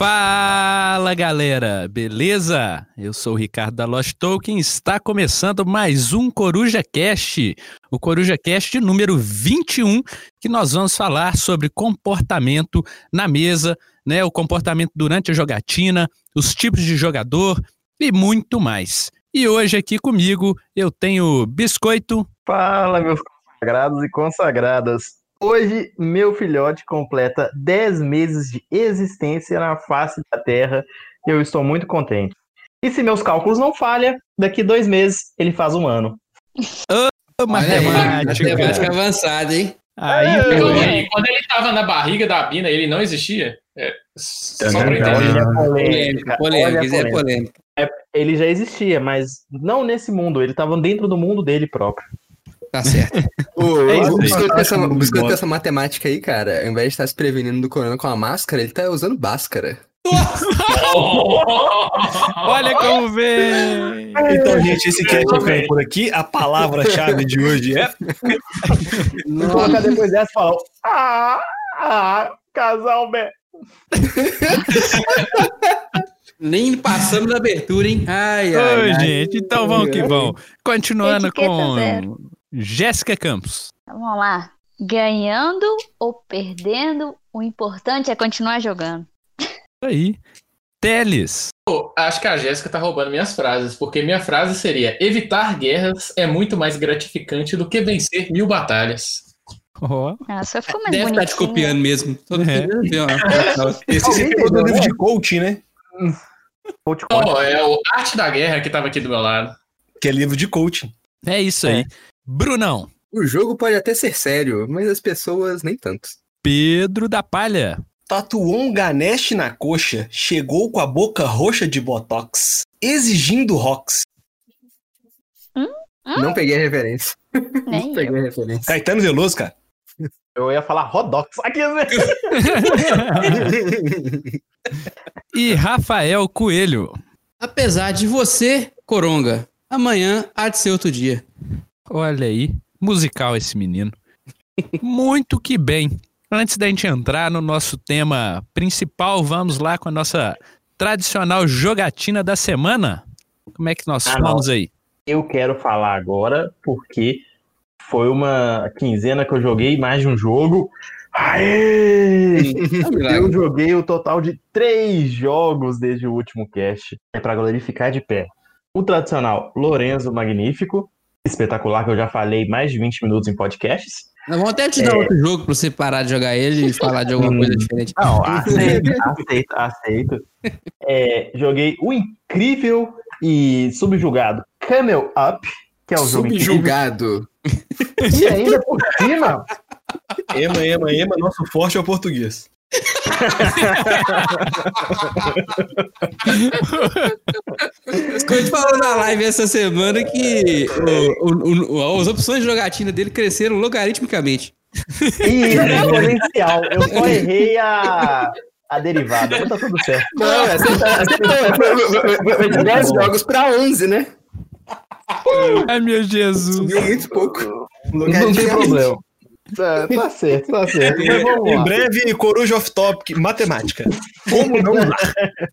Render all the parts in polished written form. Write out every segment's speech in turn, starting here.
Fala galera, beleza? Eu sou o Ricardo da Lost Token, está começando mais um Coruja Cast, o Coruja Cast número 21, que nós vamos falar sobre comportamento na mesa, né? O comportamento durante a jogatina, os tipos de jogador e muito mais. E hoje aqui comigo eu tenho Biscoito. Fala, meus consagrados e consagradas. Hoje, meu filhote completa 10 meses de existência na face da Terra e eu estou muito contente. E se meus cálculos não falham, daqui 2 meses ele faz 1 ano. Matemática avançada, hein? Aí, quando ele estava na barriga da Bina, ele não existia? Só pra entender. Polêmica. Ele já existia, mas não nesse mundo. Ele estava dentro do mundo dele próprio. Tá certo. O Biscoito com essa matemática aí, cara, ao invés de estar se prevenindo do corona com a máscara, ele tá usando báscara. olha como vem! Então, gente, esse cast vem por aqui. A palavra-chave de hoje é... Vou colocar depois dessa e falar... casal B. Nem passamos da abertura, hein? Oi, gente, então vamos que vamos. Continuando Etiqueta com zero. Jéssica Campos. Vamos lá. Ganhando ou perdendo, o importante é continuar jogando. Aí. Teles. Acho que a Jéssica tá roubando minhas frases, porque minha frase seria: evitar guerras é muito mais gratificante do que vencer 1000 batalhas. Oh. Nossa, ficou mais Deve bonitinho. estar te copiando mesmo. Todo mundo viu, Esse você pegou do livro de coaching, né? É o Arte da Guerra que tava aqui do meu lado. Que é livro de coaching. É isso aí. Brunão. O jogo pode até ser sério, mas as pessoas nem tanto. Pedro da Palha. Tatuou um Ganesh na coxa, chegou com a boca roxa de botox, exigindo rocks. Não peguei a referência. Nem Não peguei a referência. Caetano Veloso, cara. Eu ia falar Rodox. Aqui, né? E Rafael Coelho. Apesar de você, Coronga, amanhã há de ser outro dia. Olha aí, musical esse menino. Muito que bem. Antes da gente entrar no nosso tema principal, vamos lá com a nossa tradicional jogatina da semana. Como é que nós fomos aí? Eu quero falar agora porque foi uma quinzena que eu joguei mais de um jogo. Aê! Eu joguei o total de 3 jogos desde o último cast. É pra glorificar de pé. O tradicional Lorenzo Magnífico, espetacular, que eu já falei mais de 20 minutos em podcasts. Nós vamos até te dar outro jogo pra você parar de jogar ele e falar de alguma coisa diferente. Não, aceito. Joguei o incrível e subjugado Camel Up, que é o jogo Subjugado. incrível. E ainda por cima... Ema, nosso forte é o português. Escolhi falou na live essa semana que as opções de jogatina dele cresceram logaritmicamente. E exponencial. Eu só errei a derivada. Mas tá tudo certo. Não, foi de 10 jogos pra 11, né? Ai, meu Jesus. Subiu muito pouco. Não tem problema. Tá certo. Mas vamos Em lá. breve, Coruja Off Topic, matemática. Como não usar?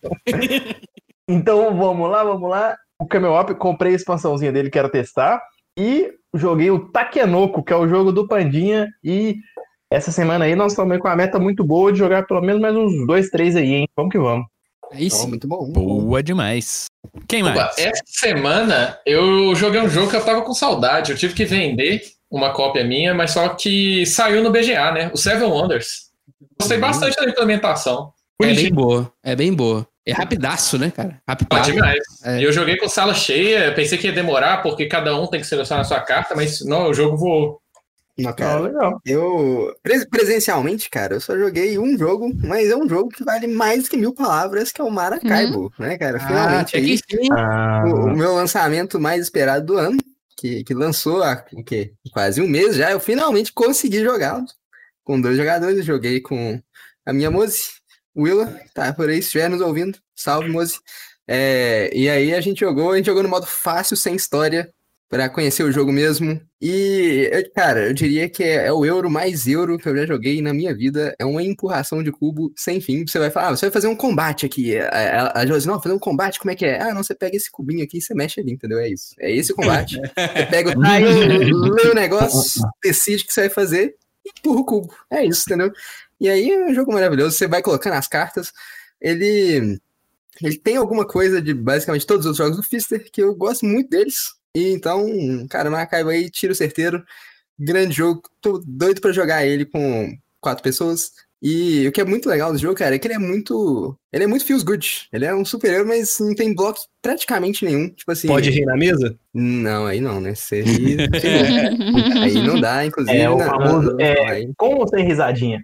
Então vamos lá. O Camel Up, comprei a expansãozinha dele, quero testar. E joguei o Takenoko, que é o jogo do Pandinha. E essa semana aí nós estamos com uma meta muito boa de jogar pelo menos mais uns 2, 3 aí, hein? Vamos que vamos. Aí sim. Muito bom. Boa demais. Quem mais? Essa semana eu joguei um jogo que eu tava com saudade. Eu tive que vender uma cópia minha, mas só que saiu no BGA, né? O Seven Wonders. Gostei bastante da implementação. É bem boa. É rapidaço, né, cara? Rapidaço. Demais. É. E eu joguei com sala cheia, pensei que ia demorar, porque cada um tem que selecionar a sua carta, mas não, o jogo voou. Não, cara, Legal. eu presencialmente, cara, eu só joguei um jogo, mas é um jogo que vale mais que 1000 palavras, que é o Maracaibo, né, cara? Finalmente aí, o meu lançamento mais esperado do ano, que lançou há quase um mês já, eu finalmente consegui jogá-lo com 2 jogadores. Joguei com a minha Mozi, Willa, tá por aí, se estiver nos ouvindo, salve, Mozi. E aí a gente jogou no modo fácil, sem história, pra conhecer o jogo mesmo. E, cara, eu diria que é o euro mais euro que eu já joguei na minha vida. É uma empurração de cubo sem fim. Você vai falar, você vai fazer um combate aqui. A Josi, não, fazer um combate, como é que é? Ah, não, você pega esse cubinho aqui e você mexe ali, entendeu? É isso. É esse o combate. Você pega o tile, lê o negócio, decide o que você vai fazer e empurra o cubo. É isso, entendeu? E aí é um jogo maravilhoso. Você vai colocando as cartas. Ele tem alguma coisa de basicamente todos os jogos do Pfister, que eu gosto muito deles. E então, cara, Maracaibo aí, tiro certeiro. Grande jogo. Tô doido pra jogar ele com 4 pessoas. E o que é muito legal do jogo, cara, é que ele é muito feels good. Ele é um super-herói, mas não tem bloco praticamente nenhum. Tipo assim. Pode rir na mesa? Não, aí não, né? Você ri, aí não dá, inclusive. É o famoso. Com ou sem risadinha?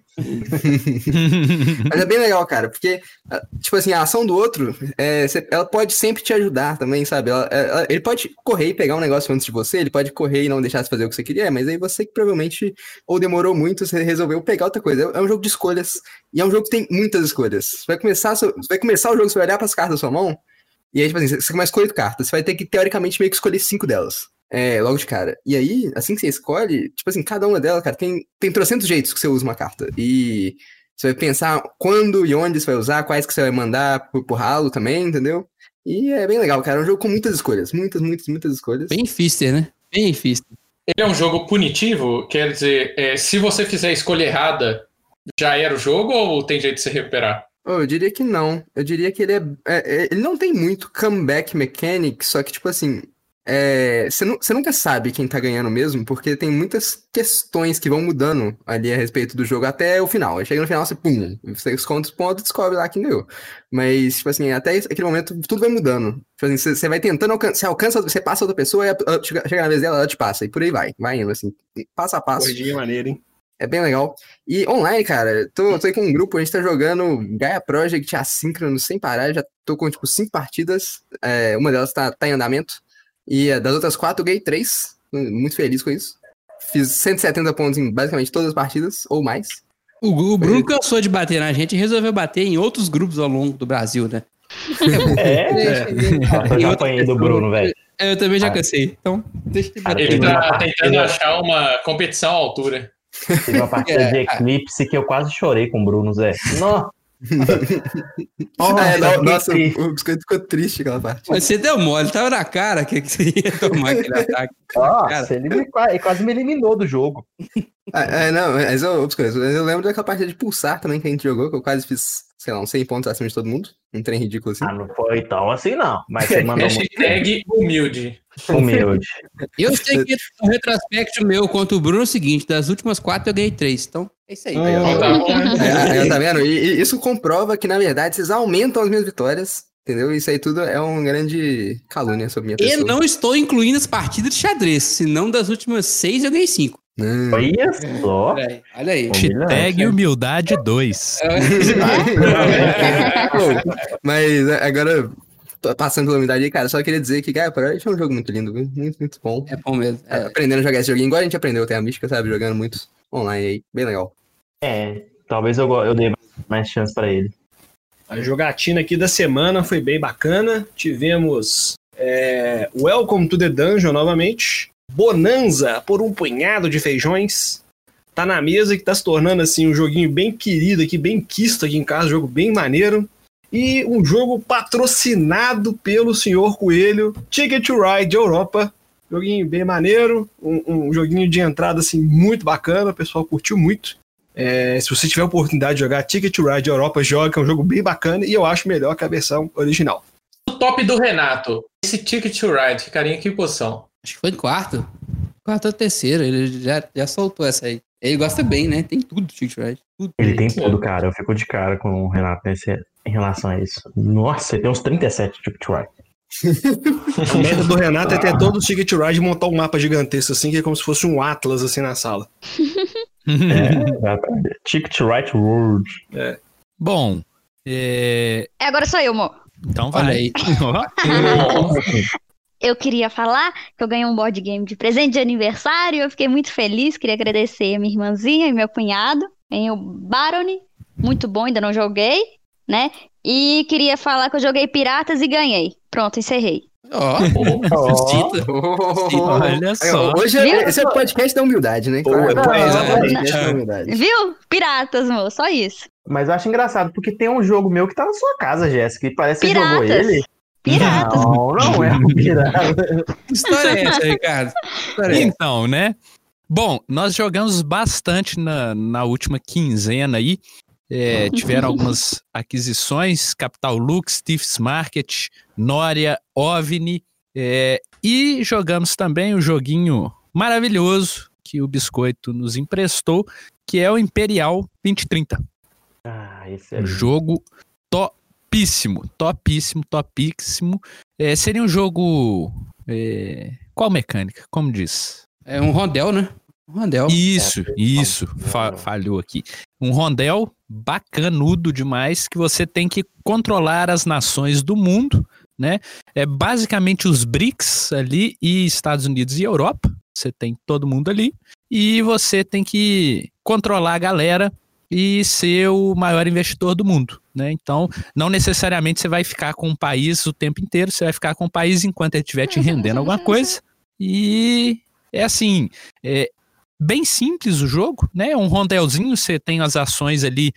Mas é bem legal, cara, porque, tipo assim, a ação do outro, ela pode sempre te ajudar também, sabe? Ele pode correr e pegar um negócio antes de você, ele pode correr e não deixar você fazer o que você queria, mas aí você que provavelmente, ou demorou muito, você resolveu pegar outra coisa. É um jogo de escolhas, e é um jogo que tem muitas escolhas. Você vai começar o jogo, você vai olhar pras cartas da sua mão, e aí, tipo assim, você começa a escolher cartas, você vai ter que, teoricamente, meio que escolher 5 delas. Logo de cara. E aí, assim que você escolhe, tipo assim, cada uma delas, cara, tem trocentos jeitos que você usa uma carta. E você vai pensar quando e onde você vai usar, quais que você vai mandar pro ralo também, entendeu? E é bem legal, cara. É um jogo com muitas escolhas. Muitas escolhas. Bem Pfister, né? Bem Pfister. Ele é um jogo punitivo? Quer dizer, se você fizer a escolha errada, já era o jogo ou tem jeito de se recuperar? Eu diria que não. Eu diria que ele não tem muito comeback mechanic, só que, tipo assim, você nunca sabe quem tá ganhando mesmo, porque tem muitas questões que vão mudando ali a respeito do jogo até o final. Aí chega no final, você conta os pontos e descobre lá quem ganhou. Mas, tipo assim, até aquele momento, tudo vai mudando. Tipo assim, você vai tentando você passa outra pessoa, e chega na vez dela, ela te passa, e por aí vai indo, assim, passo a passo. Corridinha maneira, hein? É bem legal. E online, cara, tô aí com um grupo, a gente tá jogando Gaia Project assíncrono sem parar, já tô com, tipo, 5 partidas, uma delas tá em andamento, e das outras 4 eu ganhei 3, muito feliz com isso. Fiz 170 pontos em basicamente todas as partidas, ou mais. O Bruno cansou de bater na gente e resolveu bater em outros grupos ao longo do Brasil, né? Eu já apanhei do Bruno, velho. Eu também já cansei, então deixa eu bater. Ele tá tentando achar uma competição à altura. Teve uma partida de Eclipse que eu quase chorei com o Bruno, Zé. Nossa, nossa, o biscoito ficou triste aquela parte. Mas você deu mole, tava na cara que você ia tomar aquele ataque. Nossa, ele quase me eliminou do jogo. Não, mas eu lembro daquela partida de Pulsar também que a gente jogou, que eu quase fiz, sei lá, uns 100 pontos acima de todo mundo. Um trem ridículo assim. Não foi tão assim, não. Mas você mandou Hashtag humilde. Eu sei que no retrospecto meu contra o Bruno é o seguinte: das últimas 4 eu ganhei 3. Então, é isso aí. Tá vendo? E isso comprova que, na verdade, vocês aumentam as minhas vitórias. Entendeu? Isso aí tudo é uma grande calúnia sobre minha pessoa. Eu não estou incluindo as partidas de xadrez, senão das últimas 6 eu ganhei 5. Olha só. Olha aí. Hashtag humildade 2. Mas agora, passando pela humildade aí, cara, só queria dizer que Gaia Project é um jogo muito lindo, viu? Muito, muito bom. É bom mesmo. Aprendendo a jogar esse joguinho, igual a gente aprendeu até a mística, sabe? Jogando muito online aí. Bem legal. Talvez eu dê mais chance pra ele. A jogatina aqui da semana foi bem bacana. Tivemos Welcome to the Dungeon novamente. Bonanza por um punhado de feijões. Tá na mesa, que tá se tornando assim um joguinho bem querido aqui, bem quisto aqui em casa, um jogo bem maneiro. E um jogo patrocinado pelo Senhor Coelho, Ticket to Ride Europa. Joguinho bem maneiro, um joguinho de entrada assim muito bacana, o pessoal curtiu muito. Se você tiver a oportunidade de jogar Ticket to Ride Europa, joga, é um jogo bem bacana e eu acho melhor que a versão original. O top do Renato, esse Ticket to Ride, ficaria em que posição? Acho que foi em quarto ou terceiro, ele já soltou essa aí. Ele gosta bem, né? Tem tudo do Ticket to Ride. Ele tem tudo, cara. Eu fico de cara com o Renato em relação a isso. Nossa, ele tem uns 37 Ticket to Ride. A meta do Renato é ter todo o Ticket to Ride e montar um mapa gigantesco assim, que é como se fosse um Atlas assim na sala. Ticket to Ride World. Bom, agora sou eu, amor. Então vai aí. Eu queria falar que eu ganhei um board game de presente de aniversário. Eu fiquei muito feliz. Queria agradecer a minha irmãzinha e meu cunhado. Ganhei o Barony. Muito bom, ainda não joguei, né? E queria falar que eu joguei Piratas e ganhei. Pronto, encerrei. Olha só. Hoje esse é o podcast da humildade, né? Viu? Piratas, moço, só isso. Mas eu acho engraçado, porque tem um jogo meu que tá na sua casa, Jéssica, e parece que você jogou ele. Piratas. Não é um pirata. Que história é essa, Ricardo? Então, né? Bom, nós jogamos bastante na última quinzena aí. Tiveram algumas aquisições, Capital Lux, Thief's Market, Noria, OVNI, e jogamos também o joguinho maravilhoso que o Biscoito nos emprestou, que é o Imperial 2030. Esse é jogo topíssimo. Seria um jogo... qual mecânica? Como diz? É um rondel, né? Rondel. Isso. Falhou aqui. Um rondel bacanudo demais que você tem que controlar as nações do mundo, né? É basicamente os BRICS ali e Estados Unidos e Europa. Você tem todo mundo ali e você tem que controlar a galera e ser o maior investidor do mundo, né? Então, não necessariamente você vai ficar com um país o tempo inteiro, você vai ficar com o país enquanto ele estiver te rendendo alguma coisa. E é assim, bem simples o jogo, né? Um rondelzinho, você tem as ações ali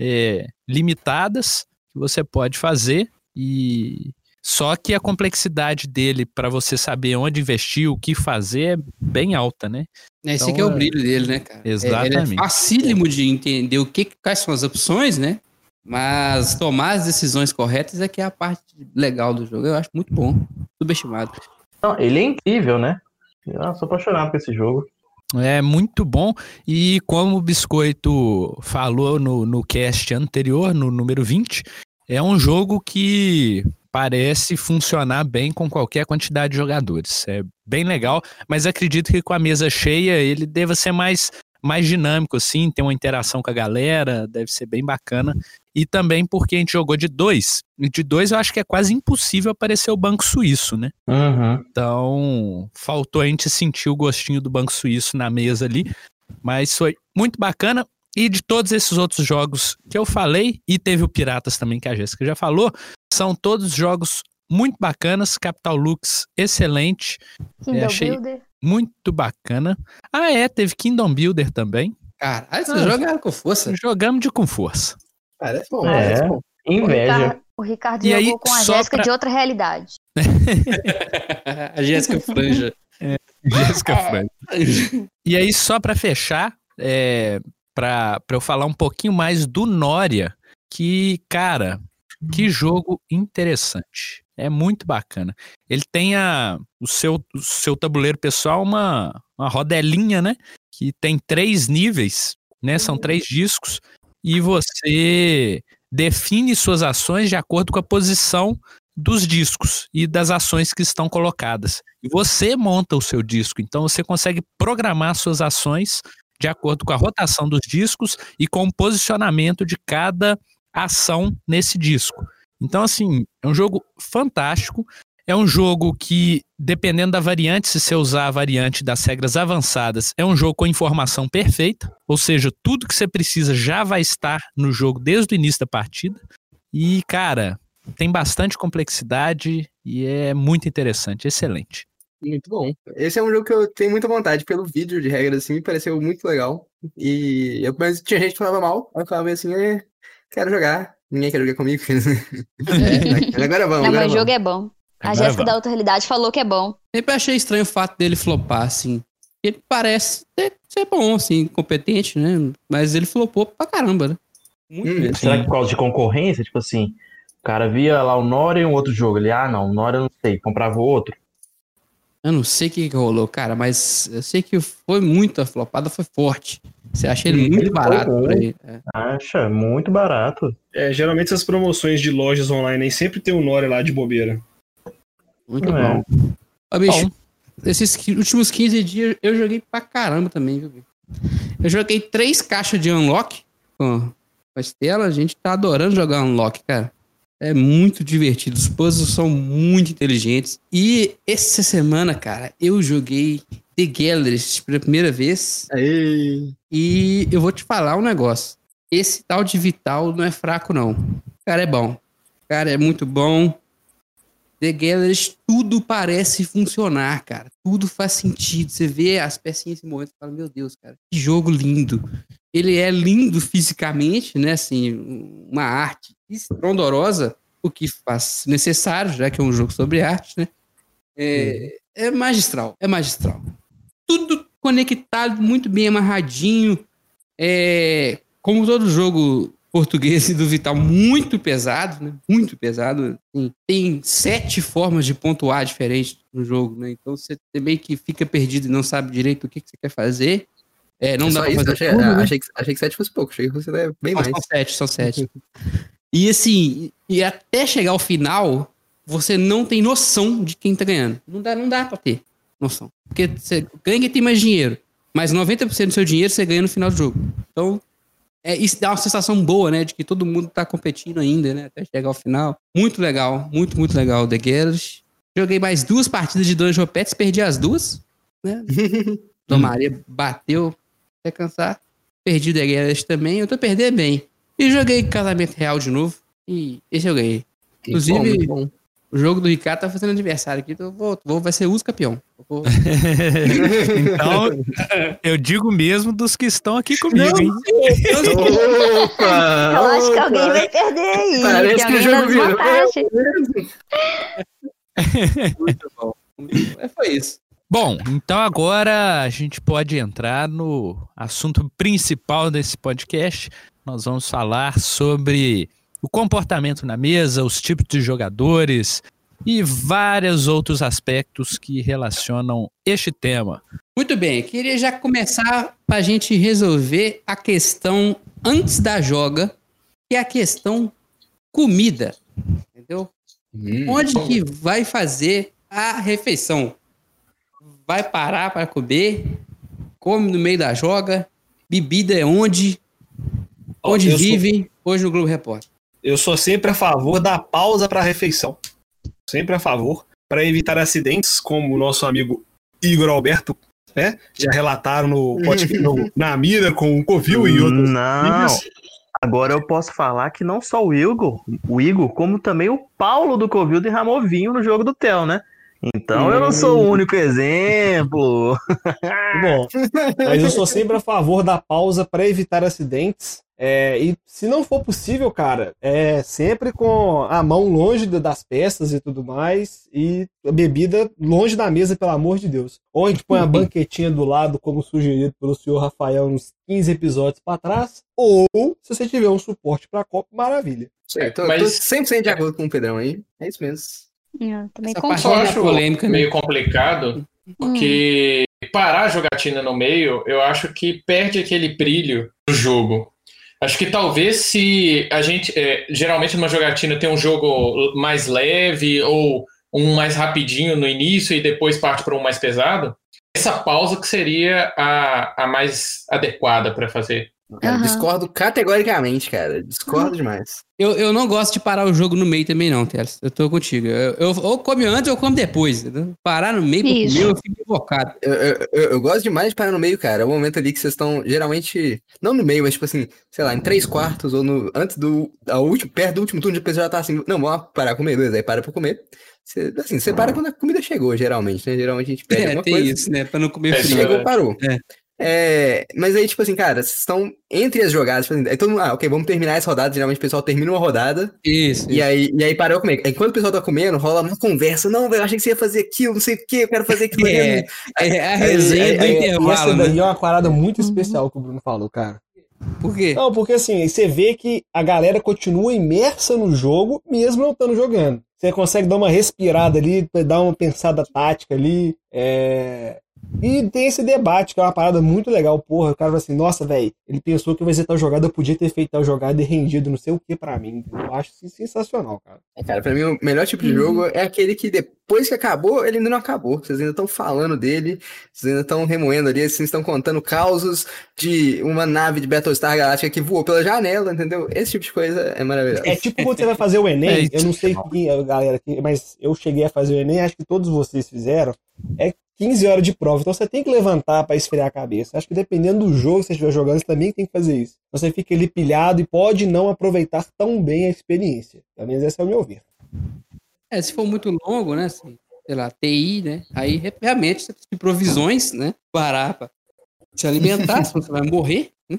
limitadas que você pode fazer, e só que a complexidade dele para você saber onde investir, o que fazer, é bem alta, né? Esse aqui é o brilho dele, né, cara? Exatamente. Ele é facílimo de entender quais são as opções, né? Mas tomar as decisões corretas é que é a parte legal do jogo. Eu acho muito bom, subestimado. Não, ele é incrível, né? Eu sou apaixonado por esse jogo. É muito bom, e como o Biscoito falou no cast anterior, no número 20, é um jogo que parece funcionar bem com qualquer quantidade de jogadores. É bem legal, mas acredito que com a mesa cheia ele deva ser mais dinâmico, assim, ter uma interação com a galera, deve ser bem bacana. E também porque a gente jogou de 2. E de 2 eu acho que é quase impossível aparecer o Banco Suíço, né? Uhum. Então, faltou a gente sentir o gostinho do Banco Suíço na mesa ali. Mas foi muito bacana. E de todos esses outros jogos que eu falei, e teve o Piratas também, que a Jéssica já falou, são todos jogos muito bacanas. Capital Lux, excelente. Achei muito bacana. Teve Kingdom Builder também. Caralho, vocês jogaram com força. Jogamos com força. Parece bom, parece bom. Inveja. O Ricardo jogou com a Jéssica de outra realidade. A Jéssica Franja. Jéssica Franja. E aí, só pra fechar, pra eu falar um pouquinho mais do Noria, que, cara, que jogo interessante. É muito bacana. Ele tem o seu tabuleiro pessoal, uma rodelinha, né? Que tem 3 níveis, né? São 3 discos. E você define suas ações de acordo com a posição dos discos e das ações que estão colocadas. E você monta o seu disco. Então você consegue programar suas ações de acordo com a rotação dos discos e com o posicionamento de cada ação nesse disco. Então, assim, é um jogo fantástico. É um jogo que, dependendo da variante, se você usar a variante das regras avançadas, é um jogo com informação perfeita. Ou seja, tudo que você precisa já vai estar no jogo desde o início da partida. E, cara, tem bastante complexidade e é muito interessante, excelente. Muito bom. Esse é um jogo que eu tenho muita vontade. Pelo vídeo de regras, assim, me pareceu muito legal. Mas tinha gente que falava mal. Eu falava assim, quero jogar. Ninguém quer jogar comigo. Agora vamos. Não, mas o jogo é bom. A Jéssica da outra realidade falou que é bom. Sempre achei estranho o fato dele flopar, assim. Ele parece ser bom, assim, competente, né? Mas ele flopou pra caramba, né? Muito será que por causa de concorrência? Tipo assim, o cara via lá o Noria e um outro jogo. Ele, não, o Noria eu não sei, comprava o outro. Eu não sei o que rolou, cara, mas eu sei que foi muito, a flopada foi forte. Você acha ele muito barato por aí? Acha, muito barato. Geralmente essas promoções de lojas online aí sempre tem um Noria lá de bobeira. Muito bom. Bicho, esses últimos 15 dias eu joguei pra caramba também, viu? Eu joguei 3 caixas de Unlock com a Estela, a gente tá adorando jogar Unlock, cara. É muito divertido, os puzzles são muito inteligentes. E essa semana, cara, eu joguei The Galleries pela primeira vez. Aê. E eu vou te falar um negócio. Esse tal de Vital não é fraco, não. Cara, é bom. Cara, é muito bom. The Gallery, tudo parece funcionar, cara. Tudo faz sentido. Você vê as pecinhas se movendo e fala, meu Deus, cara, que jogo lindo. Ele é lindo fisicamente, né? Assim, uma arte estrondorosa, o que faz necessário, já que é um jogo sobre arte, né? É magistral, é magistral. Tudo conectado, muito bem amarradinho. Como todo jogo português e do Vital, muito pesado, né? Muito pesado. Assim, tem 7 formas de pontuar diferentes no jogo, né? Então você meio que fica perdido e não sabe direito o que você quer fazer. Não dá pra fazer tudo, né? Achei que 7 fosse pouco, achei que você é bem mais. São 7. E assim, e até chegar ao final, você não tem noção de quem tá ganhando. Não dá pra ter noção. Porque você ganha e tem mais dinheiro. Mas 90% do seu dinheiro você ganha no final do jogo. Então, isso dá uma sensação boa, né? De que todo mundo tá competindo ainda, né? Até chegar ao final. Muito legal, muito legal, The Gallery. Joguei mais 2 partidas de Dungeon Pets, perdi as 2, né? Maria bateu até cansar. Perdi The Gallery também, eu tô perdendo bem. E joguei Casamento Real de novo. E esse eu ganhei. Inclusive, bom. O jogo do Ricardo tá fazendo aniversário aqui, então vai ser uso campeão. Então, eu digo mesmo dos que estão aqui comigo, hein? Opa! Eu acho que alguém vai perder aí. Parece que o jogo virou. Muito bom. Foi isso. Bom, então agora a gente pode entrar no assunto principal desse podcast. Nós vamos falar sobre o comportamento na mesa, os tipos de jogadores e vários outros aspectos que relacionam este tema. Muito bem, queria já começar para a gente resolver a questão antes da joga, que é a questão comida, entendeu? Onde que vai fazer a refeição? Vai parar para comer? Come no meio da joga? Bebida é onde? Onde vive? Hoje no Globo Repórter. Eu sou sempre a favor da pausa para a refeição. Sempre a favor, para evitar acidentes, como o nosso amigo Igor Alberto, né? Já relataram na mira com o Covil e outros. Não, agora eu posso falar que não só o Igor, como também o Paulo do Covil derramou vinho no jogo do Theo, né? Então eu não sou o único exemplo. Bom, mas eu sou sempre a favor da pausa para evitar acidentes. E se não for possível, cara, sempre com a mão longe das peças e tudo mais, e a bebida longe da mesa, pelo amor de Deus. Ou a gente põe a banquetinha do lado, como sugerido pelo senhor Rafael uns 15 episódios para trás, ou se você tiver um suporte para copo, maravilha. Tô 100% de acordo com o Pedrão aí, é isso mesmo. Eu também eu acho meio complicado, porque parar a jogatina no meio, eu acho que perde aquele brilho do jogo. Acho que talvez se a gente, geralmente numa jogatina tem um jogo mais leve ou um mais rapidinho no início e depois parte para um mais pesado, essa pausa que seria a mais adequada para fazer. Discordo categoricamente, cara. Discordo demais. Eu não gosto de parar o jogo no meio também não, Teles. Eu tô contigo. Eu ou como antes ou como depois. Entendeu? Parar no meio, eu fico invocado. Eu gosto demais de parar no meio, cara. É o momento ali que vocês estão, geralmente, não no meio, mas tipo assim, sei lá, em 3/4 ou perto do último turno, depois já tá assim, não, vamos parar com comer, beleza, aí para pra comer. Você para quando a comida chegou, geralmente, né? Geralmente a gente pede alguma tem coisa. Isso, né? Pra não comer frio. Chegou, parou. Mas aí, tipo assim, cara, vocês estão entre as jogadas, tipo assim, aí todo mundo, ok, vamos terminar essa rodada, geralmente o pessoal termina uma rodada, e aí parou a comer. Enquanto o pessoal tá comendo, rola uma conversa, não, velho, eu achei que você ia fazer aquilo, não sei o que, eu quero fazer aquilo. A resenha do intervalo, essa daí é uma parada muito especial que o Bruno falou, cara. Por quê? Não, porque assim, você vê que a galera continua imersa no jogo, mesmo não estando jogando. Você consegue dar uma respirada ali, dar uma pensada tática ali, E tem esse debate, que é uma parada muito legal. Porra, o cara fala assim, nossa, velho, ele pensou que vai ser tal jogada, eu podia ter feito tal jogada e rendido não sei o que pra mim. Eu acho isso sensacional, cara. Cara, pra mim o melhor tipo de jogo é aquele que depois que acabou, ele ainda não acabou. Vocês ainda estão falando dele, vocês ainda estão remoendo ali, vocês estão contando causos de uma nave de Battlestar Galactica que voou pela janela, entendeu? Esse tipo de coisa é maravilhoso. É tipo quando você vai fazer o Enem, eu não sei quem, galera, mas eu cheguei a fazer o Enem, acho que todos vocês fizeram, 15 horas de prova, então você tem que levantar para esfriar a cabeça. Acho que dependendo do jogo que você estiver jogando, você também tem que fazer isso. Você fica ali pilhado e pode não aproveitar tão bem a experiência. Pelo menos esse é o meu ver. Se for muito longo, né? Assim, sei lá, TI, né? Aí realmente você precisa de provisões, né? Parar pra se alimentar, senão você vai morrer. Né?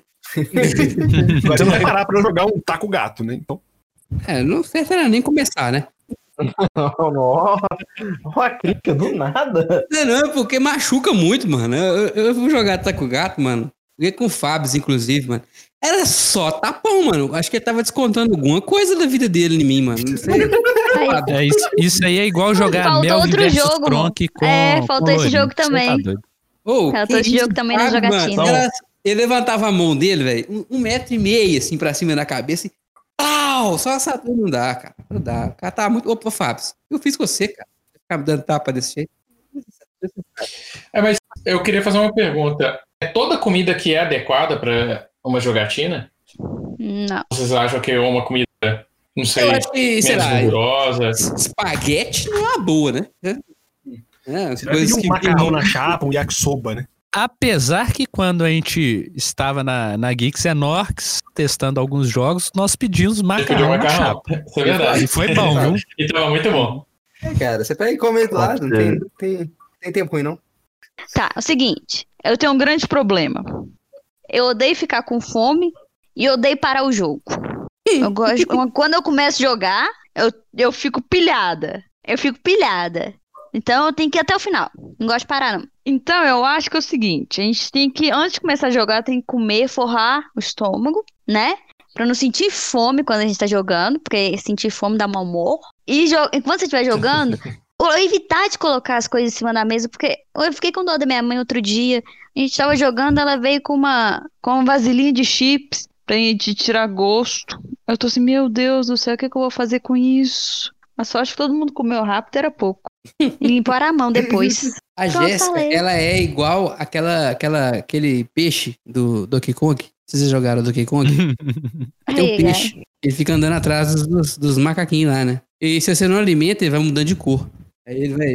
Você não vai parar pra jogar um taco gato, né? Então... não serve nem começar, né? Nossa, uma crítica do nada. Não, porque machuca muito, mano. Eu vou jogar taco gato, mano. Joguei com o Fábio, inclusive, mano. Era só tapão, mano. Acho que ele tava descontando alguma coisa da vida dele em mim, mano. Não sei. Isso aí é igual jogar faltou Melvin outro versus jogo, Kronk com... faltou esse jogo também. Faltou esse jogo também na jogatina. Ele levantava a mão dele, velho, 1,5 m, assim, pra cima da cabeça e... Pau! Só essa não dá, cara. Não dá. O cara tava muito... Opa, Fábio, eu fiz com você, cara. Ficar me dando tapa desse jeito. Mas eu queria fazer uma pergunta. É toda comida que é adequada pra uma jogatina? Não. Vocês acham que é uma comida, não sei, eu acho que, menos gordurosa? Espaguete não é uma boa, né? Você vai pedir um macarrão na chapa, um yakisoba, né? Apesar que quando a gente estava na Geeks Norks testando alguns jogos, nós pedimos macarrão na chapa. Isso é verdade. E foi bom, viu? E tava muito bom. Cara, você pega e come lá, não tem tempo ruim, não. Tá, é o seguinte, eu tenho um grande problema. Eu odeio ficar com fome e odeio parar o jogo. Quando eu começo a jogar, eu fico pilhada. Então eu tenho que ir até o final. Não gosto de parar, não. Então eu acho que é o seguinte, a gente tem que, antes de começar a jogar, tem que comer, forrar o estômago, né? Pra não sentir fome quando a gente tá jogando, porque sentir fome dá mau humor. E enquanto você estiver jogando, evitar de colocar as coisas em cima da mesa, porque eu fiquei com dó da minha mãe outro dia. A gente tava jogando, ela veio com uma vasilhinha de chips pra gente tirar gosto. Eu tô assim, meu Deus do céu, o que eu vou fazer com isso? A sorte que todo mundo comeu rápido era pouco. E limparam a mão depois. A Jéssica, ela é igual aquele peixe do Donkey Kong. Vocês jogaram Donkey Kong? Tem um peixe. Ele fica andando atrás dos macaquinhos lá, né? E se você não alimenta, ele vai mudando de cor. Aí ele vai...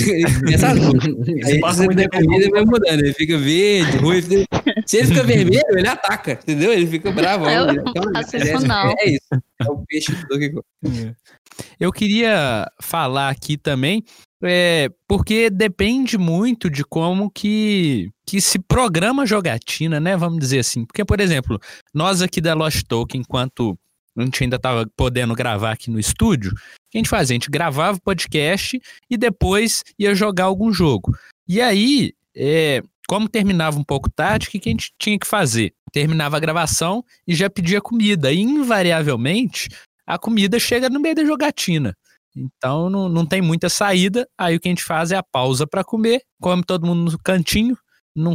Aí você der comida, ele vai mudando. Ele fica verde, ruim. Se ele fica vermelho, ele ataca, entendeu? Ele fica bravo. É isso. É o peixe do Donkey Kong. Eu queria falar aqui também, porque depende muito de como que se programa a jogatina, né? Vamos dizer assim. Porque, por exemplo, nós aqui da Lost Token, enquanto a gente ainda estava podendo gravar aqui no estúdio, o que a gente fazia? A gente gravava o podcast e depois ia jogar algum jogo. E aí, como terminava um pouco tarde, o que a gente tinha que fazer? Terminava a gravação e já pedia comida. E, invariavelmente, a comida chega no meio da jogatina. Então, não tem muita saída. Aí o que a gente faz é a pausa para comer, come todo mundo no cantinho, não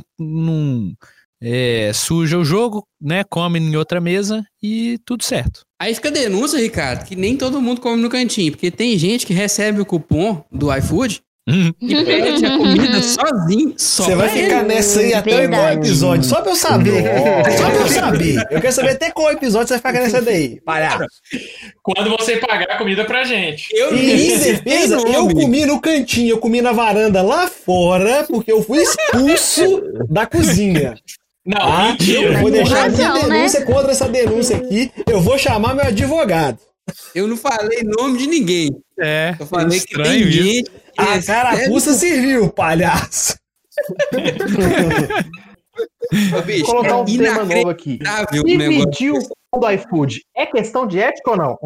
suja o jogo, né? Come em outra mesa e tudo certo. Aí fica a denúncia, Ricardo, que nem todo mundo come no cantinho, porque tem gente que recebe o cupom do iFood e pede a comida sozinho. Você vai ficar nessa aí até igual episódio, só pra eu saber. Só pra eu saber. Eu quero saber até qual episódio você vai ficar nessa daí. Palhaço. Quando você pagar a comida pra gente. Em defesa, eu comi no cantinho, eu comi na varanda lá fora, porque eu fui expulso da cozinha. Não, mentira. Eu vou deixar a minha denúncia contra essa denúncia aqui. Eu vou chamar meu advogado. Eu não falei nome de ninguém. Eu falei que tem gente. A carapuça serviu, palhaço. Vou colocar um tema novo aqui. Dividir o cupom do iFood é questão de ética ou não?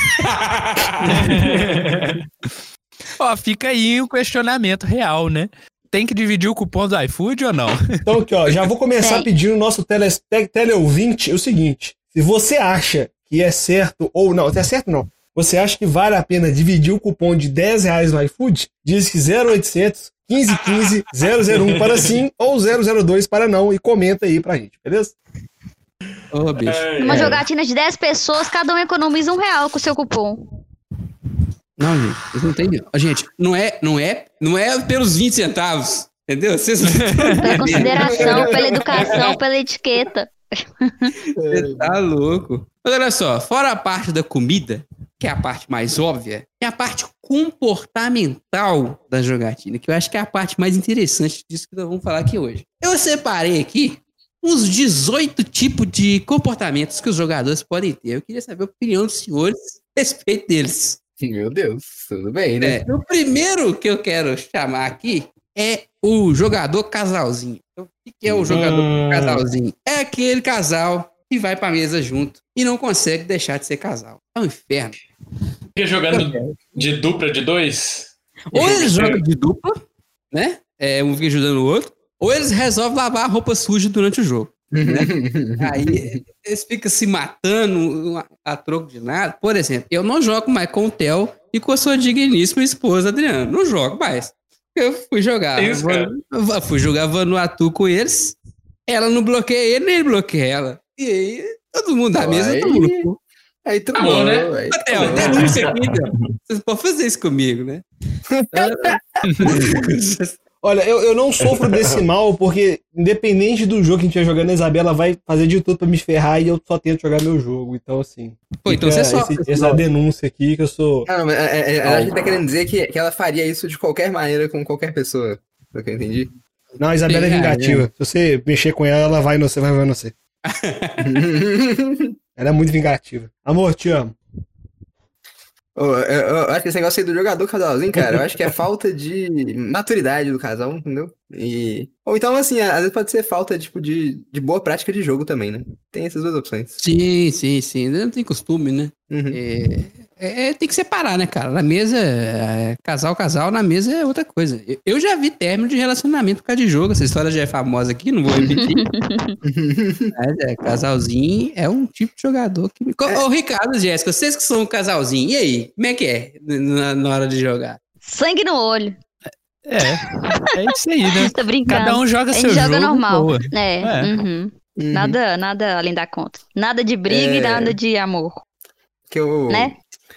Fica aí um questionamento real, né? Tem que dividir o cupom do iFood ou não? Então aqui, já vou começar pedindo o nosso teleouvinte o seguinte. Se você acha que é certo ou não, é certo não. Você acha que vale a pena dividir o cupom de R$10 no iFood? Diz que 0800 1515 001 para sim ou 002 para não e comenta aí pra gente, beleza? Bicho. Uma jogatina de 10 pessoas, cada um economiza R$1 com o seu cupom. Não, gente, vocês não entendem. Gente, não é pelos 20 centavos, entendeu? Vocês pela consideração, pela educação, pela etiqueta. Você tá louco. Mas olha só, fora a parte da comida, que é a parte mais óbvia, é a parte comportamental da jogatina, que eu acho que é a parte mais interessante disso que nós vamos falar aqui hoje. Eu separei aqui uns 18 tipos de comportamentos que os jogadores podem ter. Eu queria saber a opinião dos senhores a respeito deles. Meu Deus, tudo bem, né? O primeiro que eu quero chamar aqui é o jogador casalzinho. O que é o jogador casalzinho? É aquele casal que vai pra mesa junto e não consegue deixar de ser casal. É um inferno. Fica jogando de dupla de 2? Ou eles jogam de dupla, né? Um fica ajudando o outro, ou eles resolvem lavar a roupa suja durante o jogo. Né? Aí eles ficam se matando a troco de nada. Por exemplo, eu não jogo mais com o Theo e com a sua digníssima esposa, Adriano. Não jogo mais. Eu fui jogar. Fui jogar Vanuatu com eles. Ela não bloqueia ele, nem ele bloqueia ela. E aí, todo mundo da mesa, todo mundo. Aí tá bom, né? Theo, denúncia aqui, Theo. Vocês podem fazer isso comigo, né? Olha, eu não sofro desse mal, porque independente do jogo que a gente vai jogando, a Isabela vai fazer de tudo pra me ferrar e eu só tento jogar meu jogo. Então, assim. Pô, então você só. Essa denúncia aqui que eu sou. Não, mas a gente tá querendo dizer que ela faria isso de qualquer maneira com qualquer pessoa. Foi o que eu entendi? Não, a Isabela é vingativa. Se você mexer com ela, ela vai você. Ela é muito vingativa. Amor, te amo. Eu acho que esse negócio aí do jogador casalzinho, cara, eu acho que é falta de maturidade do casal, entendeu? Ou então, assim, às vezes pode ser falta, tipo, de boa prática de jogo também, né? Tem essas duas opções. Sim. Não tem costume, né? Uhum. Tem que separar, né, cara? Na mesa, casal, na mesa é outra coisa. Eu já vi término de relacionamento por causa de jogo. Essa história já é famosa aqui, não vou repetir. Mas casalzinho é um tipo de jogador que... Ô, Ricardo, Jéssica, vocês que são um casalzinho, e aí? Como é que é na hora de jogar? Sangue no olho. É isso aí, né? Tô brincando. Cada um joga seu jogo. Joga normal. Boa. Uhum. Nada além da conta. Nada de briga e nada de amor. Que eu... Né?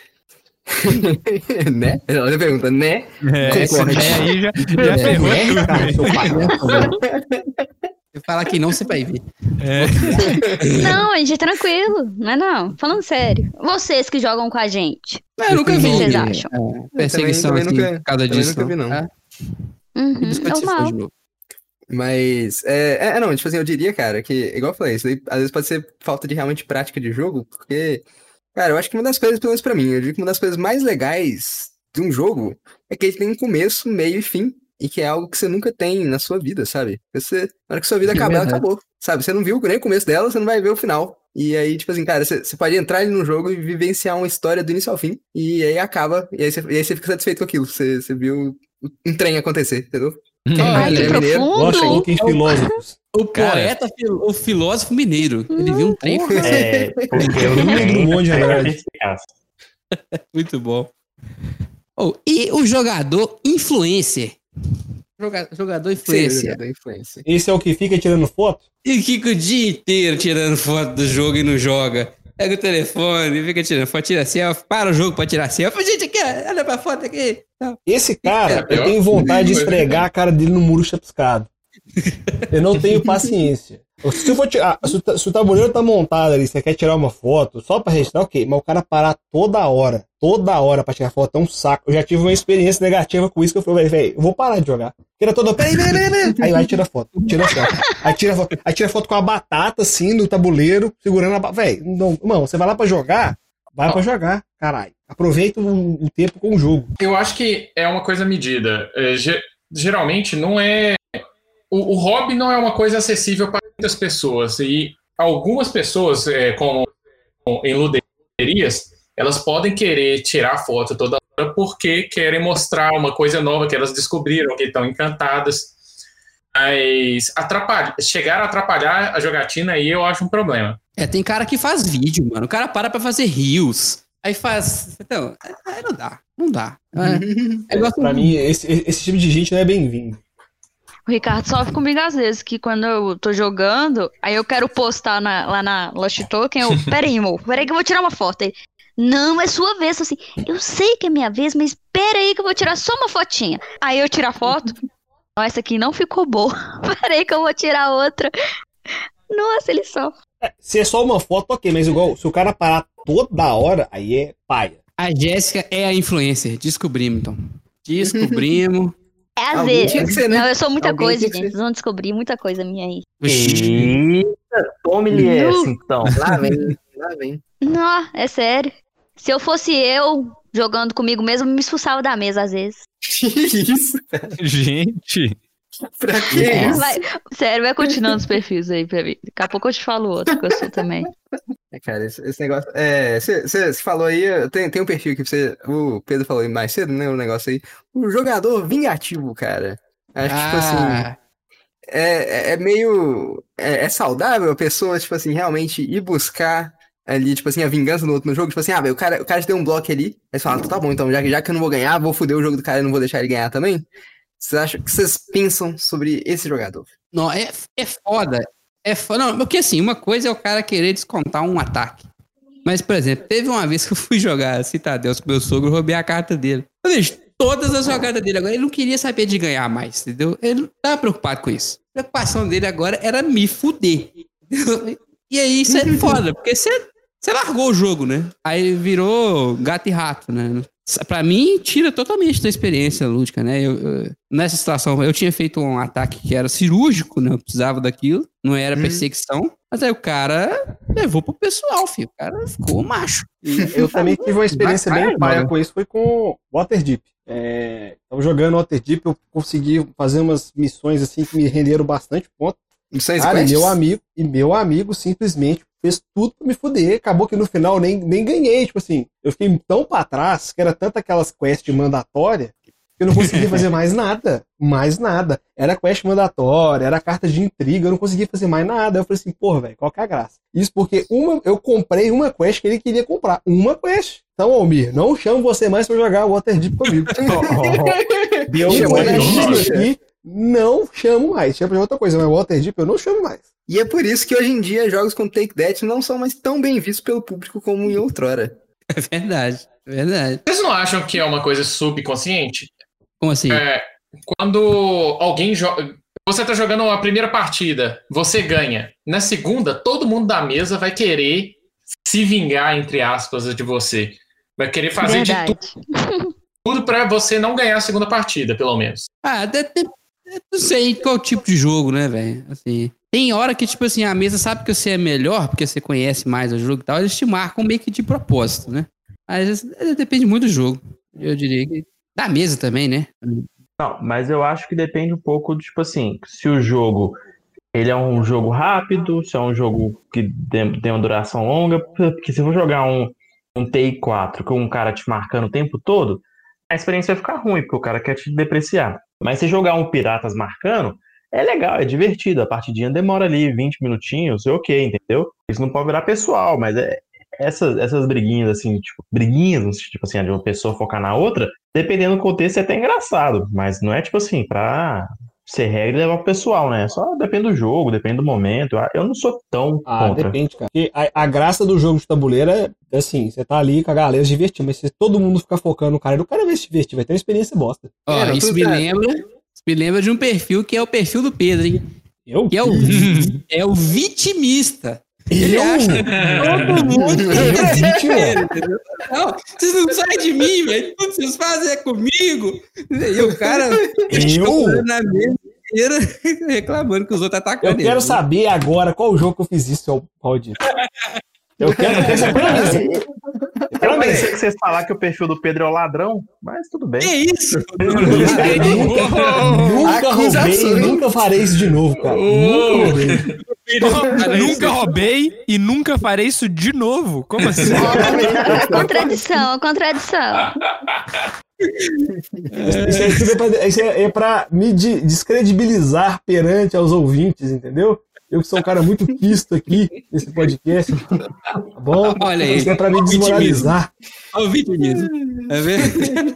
Né? Ela pergunta, né? Concorre. Aí já ferrou tudo. Você fala que não, você vai ver. Não, a gente é tranquilo. Não é não. Falando sério. Vocês que jogam com a gente. Eu nunca vi. O que vocês acham? Perseguição assim, por causa disso. Nunca vi, não. Normal. Mas, não, tipo assim, eu diria, cara, que, igual eu falei, isso aí às vezes pode ser falta de realmente prática de jogo, porque, cara, eu acho que uma das coisas, pelo menos pra mim, eu digo que uma das coisas mais legais de um jogo é que ele tem um começo, meio e fim, e que é algo que você nunca tem na sua vida, sabe? Na hora que sua vida acabar, ela acabou, sabe? Você não viu nem o começo dela, você não vai ver o final. E aí, tipo assim, cara, você pode entrar ali no jogo e vivenciar uma história do início ao fim, e aí acaba, e aí você fica satisfeito com aquilo, você viu um trem acontecer, entendeu? Ai, que profundo! Gosto de filósofos. O poeta, o filósofo mineiro. Ele viu um trem. Muito bom. E o jogador influencer? Jogador influencer. Sim, jogador influencer. Esse é o que fica tirando foto? E fica o dia inteiro tirando foto do jogo e não joga. Pega o telefone, fica tirando foto, tira selfie, para o jogo pra tirar selfie. Gente, aqui, olha pra foto aqui. Esse cara, eu tenho vontade de esfregar a cara dele no muro chapiscado. Eu não tenho paciência. Se eu for tirar, se o tabuleiro tá montado ali, você quer tirar uma foto só pra registrar, ok, mas o cara parar toda hora pra tirar foto é um saco. Eu já tive uma experiência negativa com isso, que eu falei, velho, eu vou parar de jogar. Era toda, peraí. Aí vai, tira foto. Aí tira foto com a batata, assim, no tabuleiro, segurando a velho, não, você vai lá pra jogar, pra jogar, caralho. Aproveita o tempo com o jogo. Eu acho que é uma coisa medida. Geralmente não é... O hobby não é uma coisa acessível para muitas pessoas. E algumas pessoas, como em luderias, elas podem querer tirar foto toda hora porque querem mostrar uma coisa nova que elas descobriram, que estão encantadas. Mas chegar a atrapalhar a jogatina aí eu acho um problema. Tem cara que faz vídeo, mano. O cara para fazer reels. Aí faz... Então, aí não dá. Pra mim, esse tipo de gente não é bem-vindo. O Ricardo sofre comigo às vezes, que quando eu tô jogando, aí eu quero postar lá na Lost Token, peraí que eu vou tirar uma foto. Aí, não, é sua vez. Assim, eu sei que é minha vez, mas peraí que eu vou tirar só uma fotinha. Aí eu tiro a foto, essa aqui não ficou boa, peraí que eu vou tirar outra. Nossa, ele sofre. Se é só uma foto, ok, mas igual, se o cara parar toda hora, aí é paia. A Jéssica é a influencer, descobrimos então. Descobrimos. Às vezes. Tinha que ser, né? Não, eu sou muita coisa, gente. Vocês vão descobrir muita coisa minha aí. Eita, tome-lhe essa, então. Lá vem. Não, é sério. Se eu fosse eu, jogando comigo mesmo, me expulsava da mesa às vezes. Que isso, cara? Gente. Pra que isso? Sério, vai continuando os perfis aí pra mim. Daqui a pouco eu te falo outro, que eu sou também. Cara, esse negócio. Você falou aí, tem um perfil que o Pedro falou aí mais cedo, né? O negócio aí. O jogador vingativo, cara. Acho que, tipo assim. É meio. É saudável a pessoa, tipo assim, realmente ir buscar ali, tipo assim, a vingança no jogo. Tipo assim, o cara te deu um bloco ali. Aí você fala, tá bom, então já que eu não vou ganhar, vou foder o jogo do cara e não vou deixar ele ganhar também. Vocês acham que vocês pensam sobre esse jogador? Não, é foda. É foda. Não, porque assim, uma coisa é o cara querer descontar um ataque. Mas, por exemplo, teve uma vez que eu fui jogar Citadel com meu sogro, roubei a carta dele. Eu deixo todas as jogadas dele agora. Ele não queria saber de ganhar mais, entendeu? Ele não tava preocupado com isso. A preocupação dele agora era me fuder. Entendeu? E aí isso é foda, porque você largou o jogo, né? Aí virou gato e rato, né? Pra mim, tira totalmente da experiência lúdica, né? Nessa situação, eu tinha feito um ataque que era cirúrgico, né? Eu precisava daquilo, não era perseguição. Mas aí o cara levou pro pessoal, filho. O cara ficou macho. Eu também tive uma experiência bem paia com isso, foi com Waterdeep. Tava jogando Waterdeep, eu consegui fazer umas missões assim que me renderam bastante ponto. Cara, meu amigo simplesmente fez tudo pra me fuder. Acabou que no final nem ganhei. Tipo assim, eu fiquei tão pra trás que era tanto aquelas quests mandatórias que eu não conseguia fazer mais nada. Mais nada. Era quest mandatória, era carta de intriga, eu não conseguia fazer mais nada. Eu falei assim, porra, velho, qual que é a graça? Isso porque eu comprei uma quest que ele queria comprar. Uma quest. Então, Almir, não chamo você mais pra jogar Waterdeep comigo. Não chamo mais. Chama de outra coisa, mas Waterdeep eu não chamo mais. E é por isso que hoje em dia jogos como Take That não são mais tão bem vistos pelo público como em outrora. É verdade, é verdade. Vocês não acham que é uma coisa subconsciente? Como assim? Quando alguém joga... Você tá jogando a primeira partida, você ganha. Na segunda, todo mundo da mesa vai querer se vingar, entre aspas, de você. Vai querer fazer de tudo pra você não ganhar a segunda partida, pelo menos. Não sei qual tipo de jogo, né, velho? Assim, tem hora que, tipo assim, a mesa sabe que você é melhor, porque você conhece mais o jogo e tal, eles te marcam meio que de propósito, né? Mas depende muito do jogo. Eu diria que da mesa também, né? Não, mas eu acho que depende um pouco, tipo assim, se o jogo ele é um jogo rápido, se é um jogo que tem uma duração longa, porque se eu for jogar um TI4 com um cara te marcando o tempo todo, a experiência vai ficar ruim, porque o cara quer te depreciar. Mas se jogar um Piratas marcando, é legal, é divertido. A partidinha demora ali 20 minutinhos, ok, entendeu? Isso não pode virar pessoal, mas essas briguinhas, assim, tipo assim, de uma pessoa focar na outra, dependendo do contexto, é até engraçado. Mas não é, tipo assim, pra ser regra e levar pro pessoal, né? Só depende do jogo, depende do momento. Eu não sou tão contra. Depende, cara. Porque a graça do jogo de tabuleiro é, assim, você tá ali com a galera se divertindo, mas se todo mundo ficar focando no cara, o cara vai se divertir, vai ter uma experiência bosta. Isso me lembra de um perfil que é o perfil do Pedro, hein? Que é o vitimista. Ele acha todo mundo entendeu? Não, vocês não saem de mim, velho. Tudo que vocês fazem é comigo. E o cara na mesa inteira reclamando que os outros atacam ele. Eu quero saber agora qual o jogo que eu fiz isso, Valdir. Eu quero saber. Eu pensei que vocês falaram que o perfil do Pedro é o ladrão, mas tudo bem. Que isso? Nunca farei isso de novo, cara. Nunca roubei e nunca farei isso de novo. Como assim? Contradição. Isso é pra me descredibilizar perante aos ouvintes, entendeu? Eu que sou um cara muito quisto aqui nesse podcast, tá bom? Olha aí. Isso é pra me desmoralizar. Olha o vitimismo. É verdade?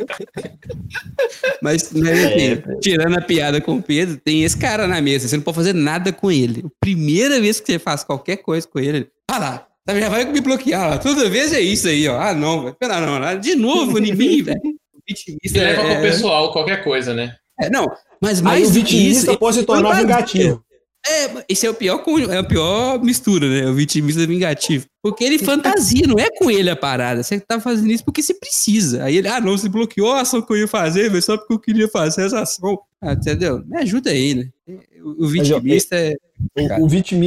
Mas tirando a piada com o Pedro, tem esse cara na mesa. Você não pode fazer nada com ele. A primeira vez que você faz qualquer coisa com ele, lá, já vai me bloquear lá. Toda vez é isso aí, ó. Ah, não, velho. Não, de novo em mim, velho. Vitimista leva pro pessoal qualquer coisa, né? Não, mas mais o vitimista pode se tornar vingativo. Esse é a pior mistura, né? O vitimista vingativo. Porque ele fantasia, não é com ele a parada. Você tá fazendo isso porque você precisa. Aí ele, não, você bloqueou a ação que eu ia fazer, mas só porque eu queria fazer essa ação. Entendeu? Me ajuda aí, né? O vitimista O vitimista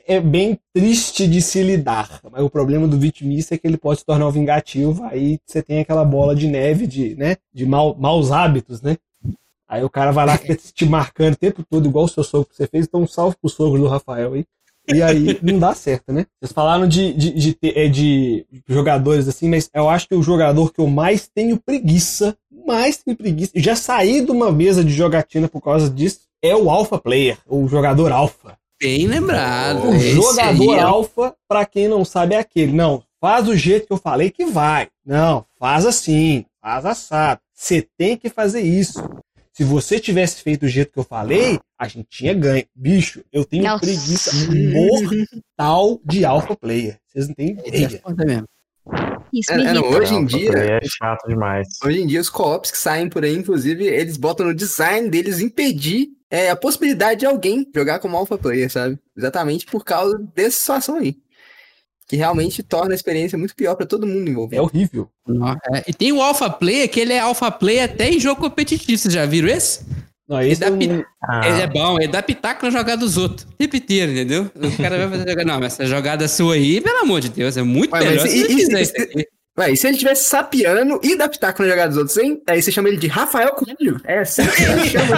é bem triste de se lidar. Mas o problema do vitimista é que ele pode se tornar um vingativo, aí você tem aquela bola de neve de maus hábitos, né? Aí o cara vai lá fica te marcando o tempo todo, igual o seu sogro que você fez, então um salve pro sogro do Rafael aí. E aí não dá certo, né? Vocês falaram de jogadores assim, mas eu acho que o jogador que eu mais tenho preguiça, já saí de uma mesa de jogatina por causa disso, é o alpha player, o jogador alpha. Bem lembrado. O jogador alpha, pra quem não sabe, é aquele. Não, faz do jeito que eu falei que vai. Não, faz assim, faz assado. Você tem que fazer isso. Se você tivesse feito do jeito que eu falei, a gente tinha ganho. Bicho, eu tenho preguiça mortal de alpha player. Vocês não têm ideia. Isso me irrita. Hoje em dia é chato demais. Hoje em dia os co-ops que saem por aí, inclusive, eles botam no design deles impedir a possibilidade de alguém jogar como alpha player, sabe? Exatamente por causa dessa situação aí. Que realmente torna a experiência muito pior pra todo mundo envolvido. É horrível. E tem o alpha player, que ele é alpha player até em jogo competitivo. Vocês já viram esse? Não, esse ele é bom, ele dá pitaco na jogada dos outros. O tempo inteiro, entendeu? O cara vai fazer jogada. Não, mas essa jogada sua aí, pelo amor de Deus, é muito melhor se você fizer isso aqui. E se ele estivesse sapeando e dá pitaco na jogada dos outros, hein? Aí você chama ele de Rafael Coelho. É assim que ele chama.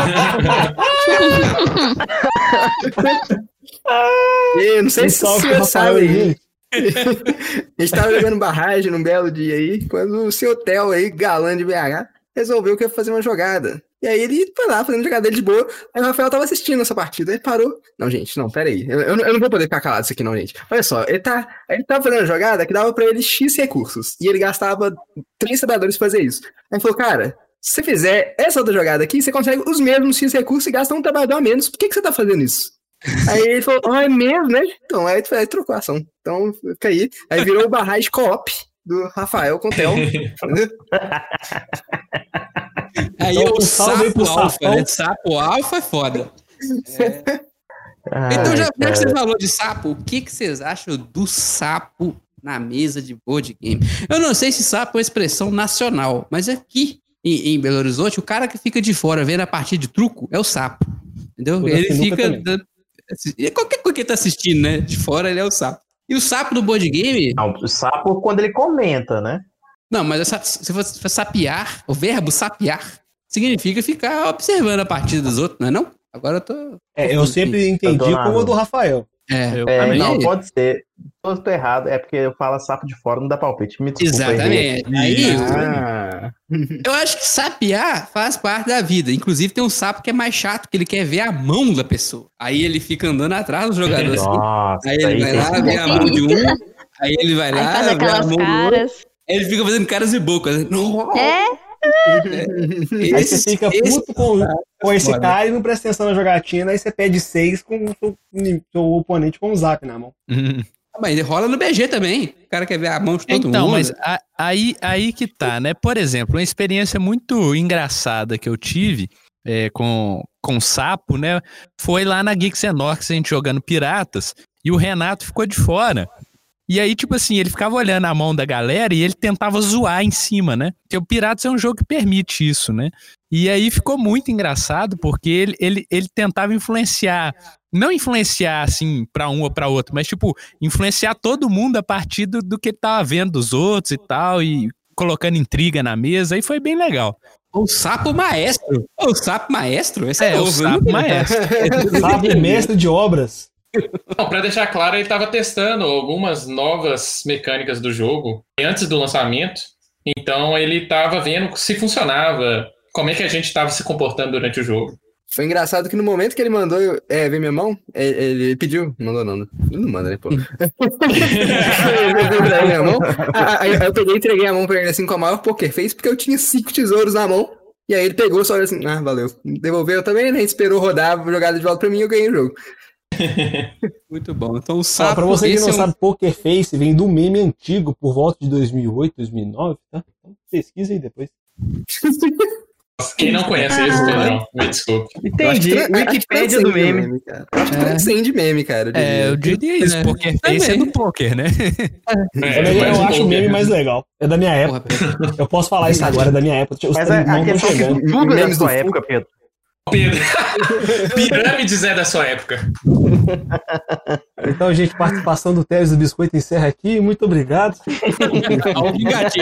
Eu não sei se você sabe aí. A gente tava jogando barragem num belo dia aí, quando o seu Theo aí, galã de BH, resolveu que ia fazer uma jogada. E aí ele foi lá fazendo jogada dele de boa. Aí o Rafael tava assistindo essa partida. Aí parou. Não, gente, não, pera aí. Eu não vou poder ficar calado isso aqui não, gente. Olha só, ele tava fazendo uma jogada que dava pra ele X recursos. E ele gastava 3 trabalhadores pra fazer isso. Aí ele falou, cara, se você fizer essa outra jogada aqui, você consegue os mesmos X recursos e gasta um trabalhador a menos. Por que você tá fazendo isso? Aí ele falou, é mesmo, né? Então, aí trocou a ação. Então, fica aí. Aí virou o barragem co-op do Rafael com o Theo. Aí então, o sapo alfa, né? Sapo alfa é foda. Então, já que você falou de sapo, o que vocês acham do sapo na mesa de board game? Eu não sei se sapo é uma expressão nacional, mas aqui em Belo Horizonte, o cara que fica de fora vendo a partida de truco é o sapo. Entendeu? Ele fica... Qualquer coisa que tá assistindo, né? De fora ele é o sapo. E o sapo do board game... Não, o sapo quando ele comenta, né? Não, mas se for sapear, o verbo sapear, significa ficar observando a partida dos outros, não é não? Agora eu tô... eu sempre entendi como o do Rafael. Não, pode ser. Eu tô errado, é porque eu falo sapo de fora, não dá palpite. Me desculpa. Exatamente. Eu acho que sapear faz parte da vida. Inclusive tem um sapo que é mais chato, que ele quer ver a mão da pessoa. Aí ele fica andando atrás do jogador assim. Aí ele vai lá, vê a mão de um. Aí ele vai lá, faz aquelas caras. Aí ele fica fazendo caras e bocas. Aí você fica puto com esse cara e não presta atenção na jogatina, aí você pede 6 com o seu oponente com um zap na mão. Mas ele rola no BG também. O cara quer ver a mão de todo mundo. Então, mas aí que tá, né? Por exemplo, uma experiência muito engraçada que eu tive com sapo, né? Foi lá na Geeks and Orcs, a gente jogando Piratas, e o Renato ficou de fora. E aí, tipo assim, ele ficava olhando a mão da galera e ele tentava zoar em cima, né? Porque o Piratas é um jogo que permite isso, né? E aí ficou muito engraçado porque ele tentava influenciar, não influenciar assim pra um ou pra outro, mas tipo, influenciar todo mundo a partir do que ele tava vendo dos outros e tal, e colocando intriga na mesa, e foi bem legal. O sapo maestro? O sapo maestro? Esse é o sapo maestro. Sapo mestre de obras. Não, pra deixar claro, ele estava testando algumas novas mecânicas do jogo antes do lançamento. Então ele estava vendo se funcionava, como é que a gente estava se comportando durante o jogo. Foi engraçado que no momento que ele mandou ver minha mão, ele pediu. Mandou não. Ele não manda, né, pô? Minha mão. Aí eu peguei e entreguei a mão pra ele assim com a maior poker face, porque eu tinha 5 tesouros na mão. E aí ele pegou só assim, valeu. Devolveu também, né? A gente esperou rodar a jogada de volta pra mim e eu ganhei o jogo. Muito bom. Então o sapo... pra você que não sabe, Poker Face vem do meme antigo, por volta de 2008, 2009, tá? Então, pesquisa aí depois. Quem não conhece esse, Pedrão, me desculpe. Entendi. Wikipédia do meme. Acho que transcende meme, cara. Eu diria isso, né? Poker Face é do poker, né? Eu acho o meme mais legal. É da minha época. Eu posso falar isso agora, é da minha época. Mas a questão é que tudo é da sua época, Pedro. Pedro. Pirâmides é da sua época. Então, gente, participação do Tevez do Biscoito encerra aqui. Muito obrigado. Ao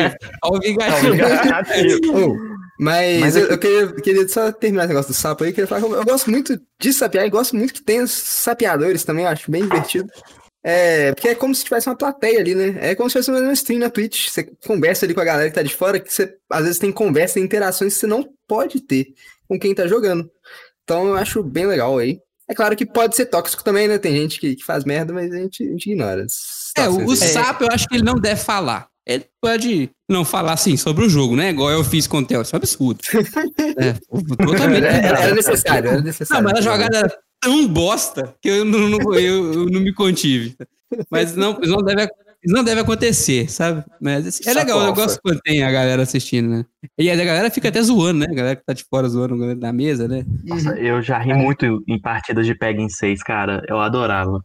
vingativo. Mas eu queria só terminar esse negócio do sapo aí. Eu gosto muito de sapear e gosto muito que tenha sapeadores também. Eu acho bem divertido. Porque é como se tivesse uma plateia ali, né? É como se fosse uma stream na Twitch. Você conversa ali com a galera que tá de fora, que você às vezes tem conversa e interações que você não pode ter com quem tá jogando. Então eu acho bem legal aí. É claro que pode ser tóxico também, né? Tem gente que faz merda, mas a gente ignora. O sapo eu acho que ele não deve falar. Ele pode não falar assim sobre o jogo, né? Igual eu fiz com o Theo. Isso é um absurdo. Totalmente. Era necessário. Não, mas a jogada era tão bosta que eu não me contive. Mas não deve acontecer, sabe? Mas assim, é legal, eu gosto quando tem a galera assistindo, né? E a galera fica até zoando, né? A galera que tá de fora zoando a galera da mesa, né? Nossa, eu já ri muito em partidas de Pega em 6, cara. Eu adorava.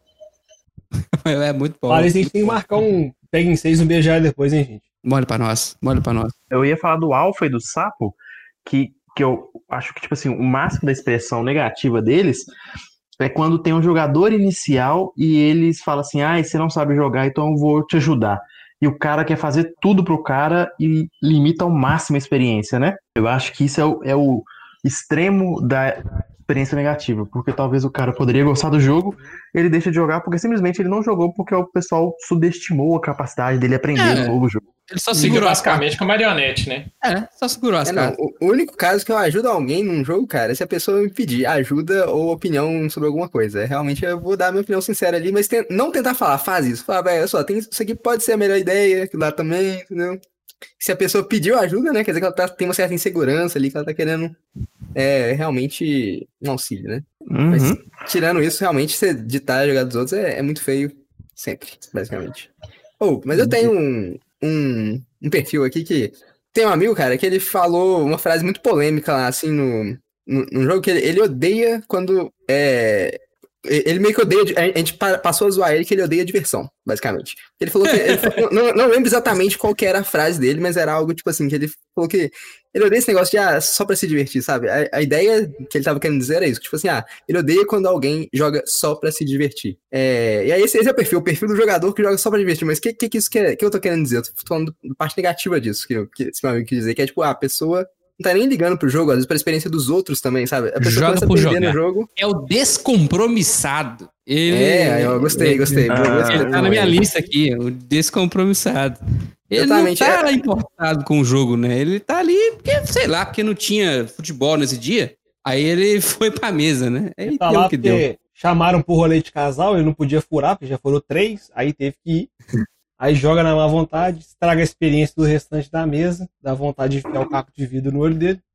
É muito bom. Parece que a gente tem que marcar um Pega em 6 um beijar depois, hein, gente? Mole pra nós. Eu ia falar do alfa e do sapo, que eu acho que, tipo assim, o máximo da expressão negativa deles é quando tem um jogador inicial e eles falam assim, você não sabe jogar, então eu vou te ajudar. E o cara quer fazer tudo pro cara e limita ao máximo a experiência, né? Eu acho que isso é o extremo da experiência negativa, porque talvez o cara poderia gostar do jogo, ele deixa de jogar porque simplesmente ele não jogou porque o pessoal subestimou a capacidade dele aprender um novo jogo. Ele só segurou basicamente com a marionete, né? Só segurou as caras. O único caso que eu ajudo alguém num jogo, cara, é se a pessoa me pedir ajuda ou opinião sobre alguma coisa. Realmente eu vou dar minha opinião sincera ali, mas não tentar falar, faz isso. Fala, velho, isso aqui pode ser a melhor ideia, aquilo lá também, entendeu? Se a pessoa pediu ajuda, né, quer dizer que ela tem uma certa insegurança ali, que ela tá querendo realmente um auxílio, né? Uhum. Mas tirando isso, realmente, você ditar a jogada dos outros é muito feio, sempre, basicamente. Mas eu tenho um perfil aqui que tem um amigo, cara, que ele falou uma frase muito polêmica lá, assim, no jogo, que ele odeia quando ele meio que odeia, a gente passou a zoar ele que ele odeia diversão, basicamente. Ele falou que, não lembro exatamente qual que era a frase dele, mas era algo tipo assim, que ele falou que ele odeia esse negócio de só pra se divertir, sabe? A ideia que ele tava querendo dizer era isso, tipo assim, ele odeia quando alguém joga só pra se divertir. E aí esse é o perfil do jogador que joga só pra divertir, mas o que isso que eu tô querendo dizer? Eu tô falando da parte negativa disso, que esse meu amigo quis dizer, que é tipo, a pessoa não tá nem ligando pro jogo, às vezes pra experiência dos outros também, sabe? A pessoa começa a perder no jogo. É o descompromissado. Eu gostei. Tá na minha lista aqui, o descompromissado. Ele não tá importado com o jogo, né? Ele tá ali porque, sei lá, porque não tinha futebol nesse dia. Aí ele foi pra mesa, né? Aí tá deu lá o que deu. Chamaram pro rolê de casal, ele não podia furar, porque já foram 3, aí teve que ir. Aí joga na má vontade, estraga a experiência do restante da mesa, dá vontade de enfiar o caco de vidro no olho dele.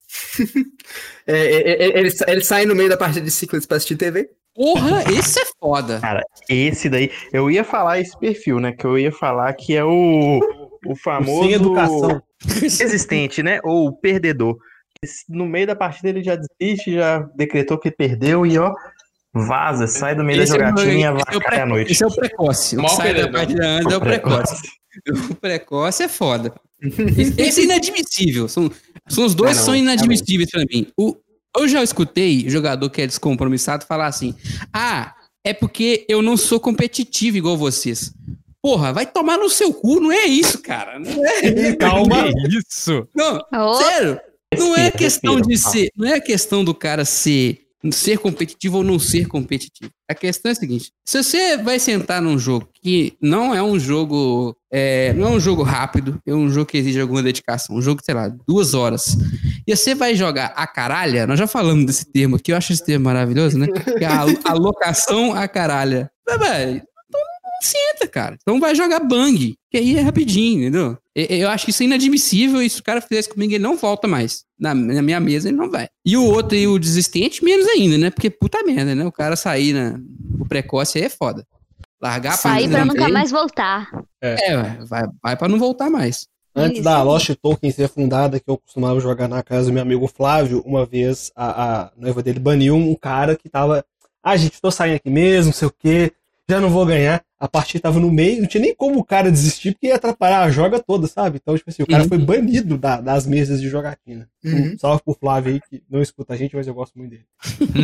Ele sai no meio da partida de ciclos pra assistir TV. Porra, esse é foda. Cara, esse daí, eu ia falar esse perfil, né? Que eu ia falar que é o famoso... Sem educação. Resistente, né? Ou o perdedor. No meio da partida ele já desiste, já decretou que perdeu e vaza, sai do meio da jogatina e vai à noite. Esse é o precoce. O que sai da partida antes é o precoce. O precoce é foda. Esse é inadmissível. São os dois são inadmissíveis pra mim. Eu já escutei jogador que é descompromissado falar assim: é porque eu não sou competitivo igual vocês. Porra, vai tomar no seu cu, não é isso, cara. Não é. Calma. Isso. Não, sério. Não é questão de ser. Não é questão do cara ser competitivo ou não ser competitivo. A questão é a seguinte: se você vai sentar num jogo que não é um jogo rápido, é um jogo que exige alguma dedicação, um jogo, sei lá, 2 horas, e você vai jogar a caralha, nós já falamos desse termo aqui, eu acho esse termo maravilhoso, né? Que é a alocação a caralha. Então não senta, cara. Então vai jogar bang, que aí é rapidinho, entendeu? Eu acho que isso é inadmissível, e se o cara fizesse comigo, ele não volta mais. Na minha mesa, ele não vai. E o outro, e o desistente, menos ainda, né? Porque puta merda, né? O cara sair o precoce aí é foda. Largar sair pra nunca mais voltar. Vai pra não voltar mais. Antes da Lost Tokens ser fundada, que eu costumava jogar na casa do meu amigo Flávio, uma vez a noiva dele baniu um cara que tava... gente, tô saindo aqui mesmo, não sei o quê. já não vou ganhar. A partida tava no meio, não tinha nem como o cara desistir, porque ia atrapalhar a joga toda, sabe? Então, tipo assim, o cara foi banido das mesas de jogatina. Salve pro Flávio aí, que não escuta a gente, mas eu gosto muito dele.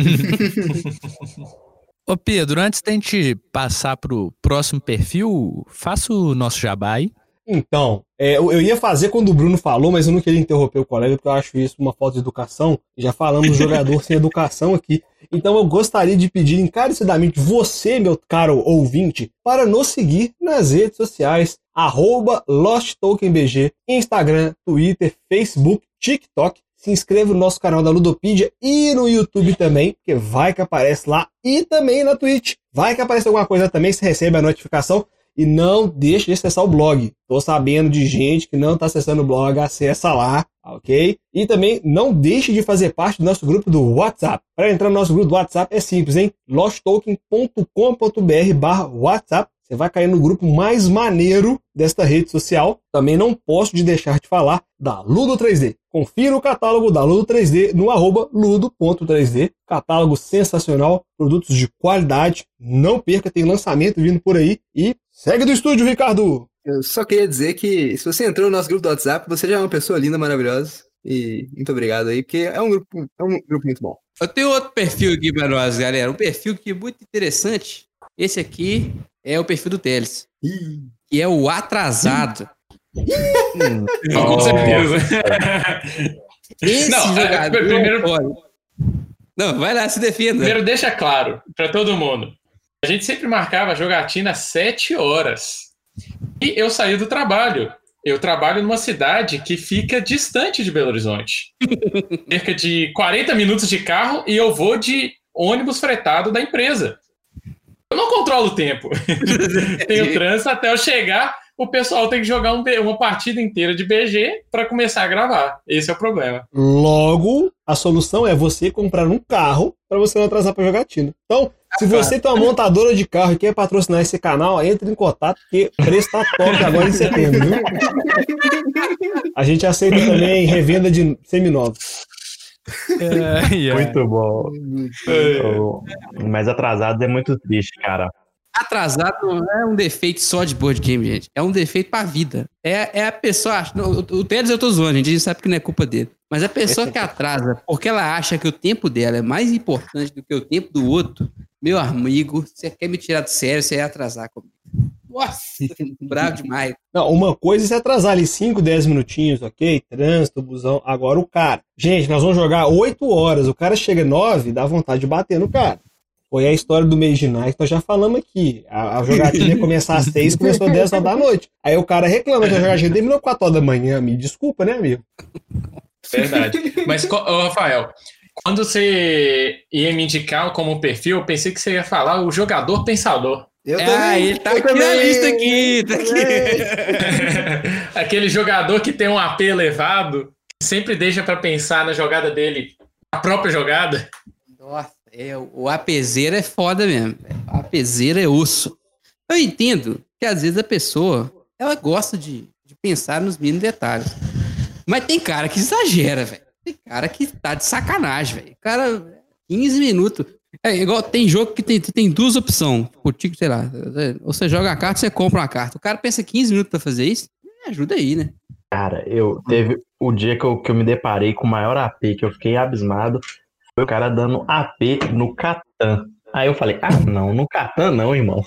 Ô Pedro, antes da gente passar pro próximo perfil, faça o nosso jabá aí. Então, eu ia fazer quando o Bruno falou, mas eu não queria interromper o colega, porque eu acho isso uma falta de educação. Já falamos jogador sem educação aqui. Então eu gostaria de pedir encarecidamente você, meu caro ouvinte, para nos seguir nas redes sociais, @LostTokenBG, Instagram, Twitter, Facebook, TikTok. Se inscreva no nosso canal da Ludopedia e no YouTube também, porque vai que aparece lá, e também na Twitch. Vai que aparece alguma coisa também, você recebe a notificação. E não deixe de acessar o blog. Tô sabendo de gente que não tá acessando o blog, acessa lá, ok? E também não deixe de fazer parte do nosso grupo do WhatsApp. Para entrar no nosso grupo do WhatsApp é simples, hein? losttoken.com.br/WhatsApp. Você vai cair no grupo mais maneiro desta rede social. Também não posso deixar de falar da Ludo 3D. Confira o catálogo da Ludo 3D no @ludo.3D. Catálogo sensacional, produtos de qualidade. Não perca, tem lançamento vindo por aí. E segue do estúdio, Ricardo! Eu só queria dizer que se você entrou no nosso grupo do WhatsApp, você já é uma pessoa linda, maravilhosa. E muito obrigado aí, porque é um grupo muito bom. Eu tenho outro perfil aqui pra nós, galera. Um perfil que é muito interessante. Esse aqui é o perfil do Teles. Que é o atrasado. Com certeza. Esse jogador... Primeiro... Não, vai lá, se defenda. Primeiro, deixa claro pra todo mundo. A gente sempre marcava a jogatina às 7 horas. E eu saí do trabalho. Eu trabalho numa cidade que fica distante de Belo Horizonte. Cerca de 40 minutos de carro e eu vou de ônibus fretado da empresa. Eu não controlo o tempo. Tenho trânsito até eu chegar. O pessoal tem que jogar uma partida inteira de BG para começar a gravar. Esse é o problema. Logo, a solução é você comprar um carro para você não atrasar para jogatina. Então, se você tem uma montadora de carro e quer patrocinar esse canal, entre em contato, porque o preço tá top agora em setembro, viu? A gente aceita também revenda de seminovos. Muito bom. Mas atrasado é muito triste, cara. Atrasado não é um defeito só de board game, gente. É um defeito pra vida. É a pessoa... O Teles eu tô zoando, gente. A gente sabe que não é culpa dele. Mas a pessoa que atrasa porque ela acha que o tempo dela é mais importante do que o tempo do outro, meu amigo, você quer me tirar do sério, você ia atrasar comigo. Nossa, bravo demais. Não, uma coisa é você atrasar ali 5, 10 minutinhos, ok? Trânsito, busão. Agora o cara. Gente, nós vamos jogar 8 horas. O cara chega 9, dá vontade de bater no cara. Foi a história do Mage Knight, nós já falamos aqui. A jogatina ia começar às 6, começou às 10 horas da noite. Aí o cara reclama que a jogatina terminou 4 horas da manhã. Me desculpa, né, amigo? Verdade. Mas, Rafael, quando você ia me indicar como perfil, eu pensei que você ia falar o jogador pensador. Ele tá aqui na lista aqui. Tá aqui. Aquele jogador que tem um AP elevado, sempre deixa pra pensar na jogada dele, a própria jogada. Nossa, o APzeiro é foda mesmo. O APzeiro é osso. Eu entendo que às vezes a pessoa ela gosta de pensar nos mínimos detalhes. Mas tem cara que exagera, velho. Tem cara que tá de sacanagem, velho. Cara, 15 minutos. É igual, tem jogo que tem duas opções. Tipo, sei lá, ou você joga a carta ou você compra uma carta. O cara pensa 15 minutos pra fazer isso, me ajuda aí, né? Cara, teve o dia que eu me deparei com o maior AP, que eu fiquei abismado, foi o cara dando AP no Catan. Aí eu falei, não, no Catan não, irmão.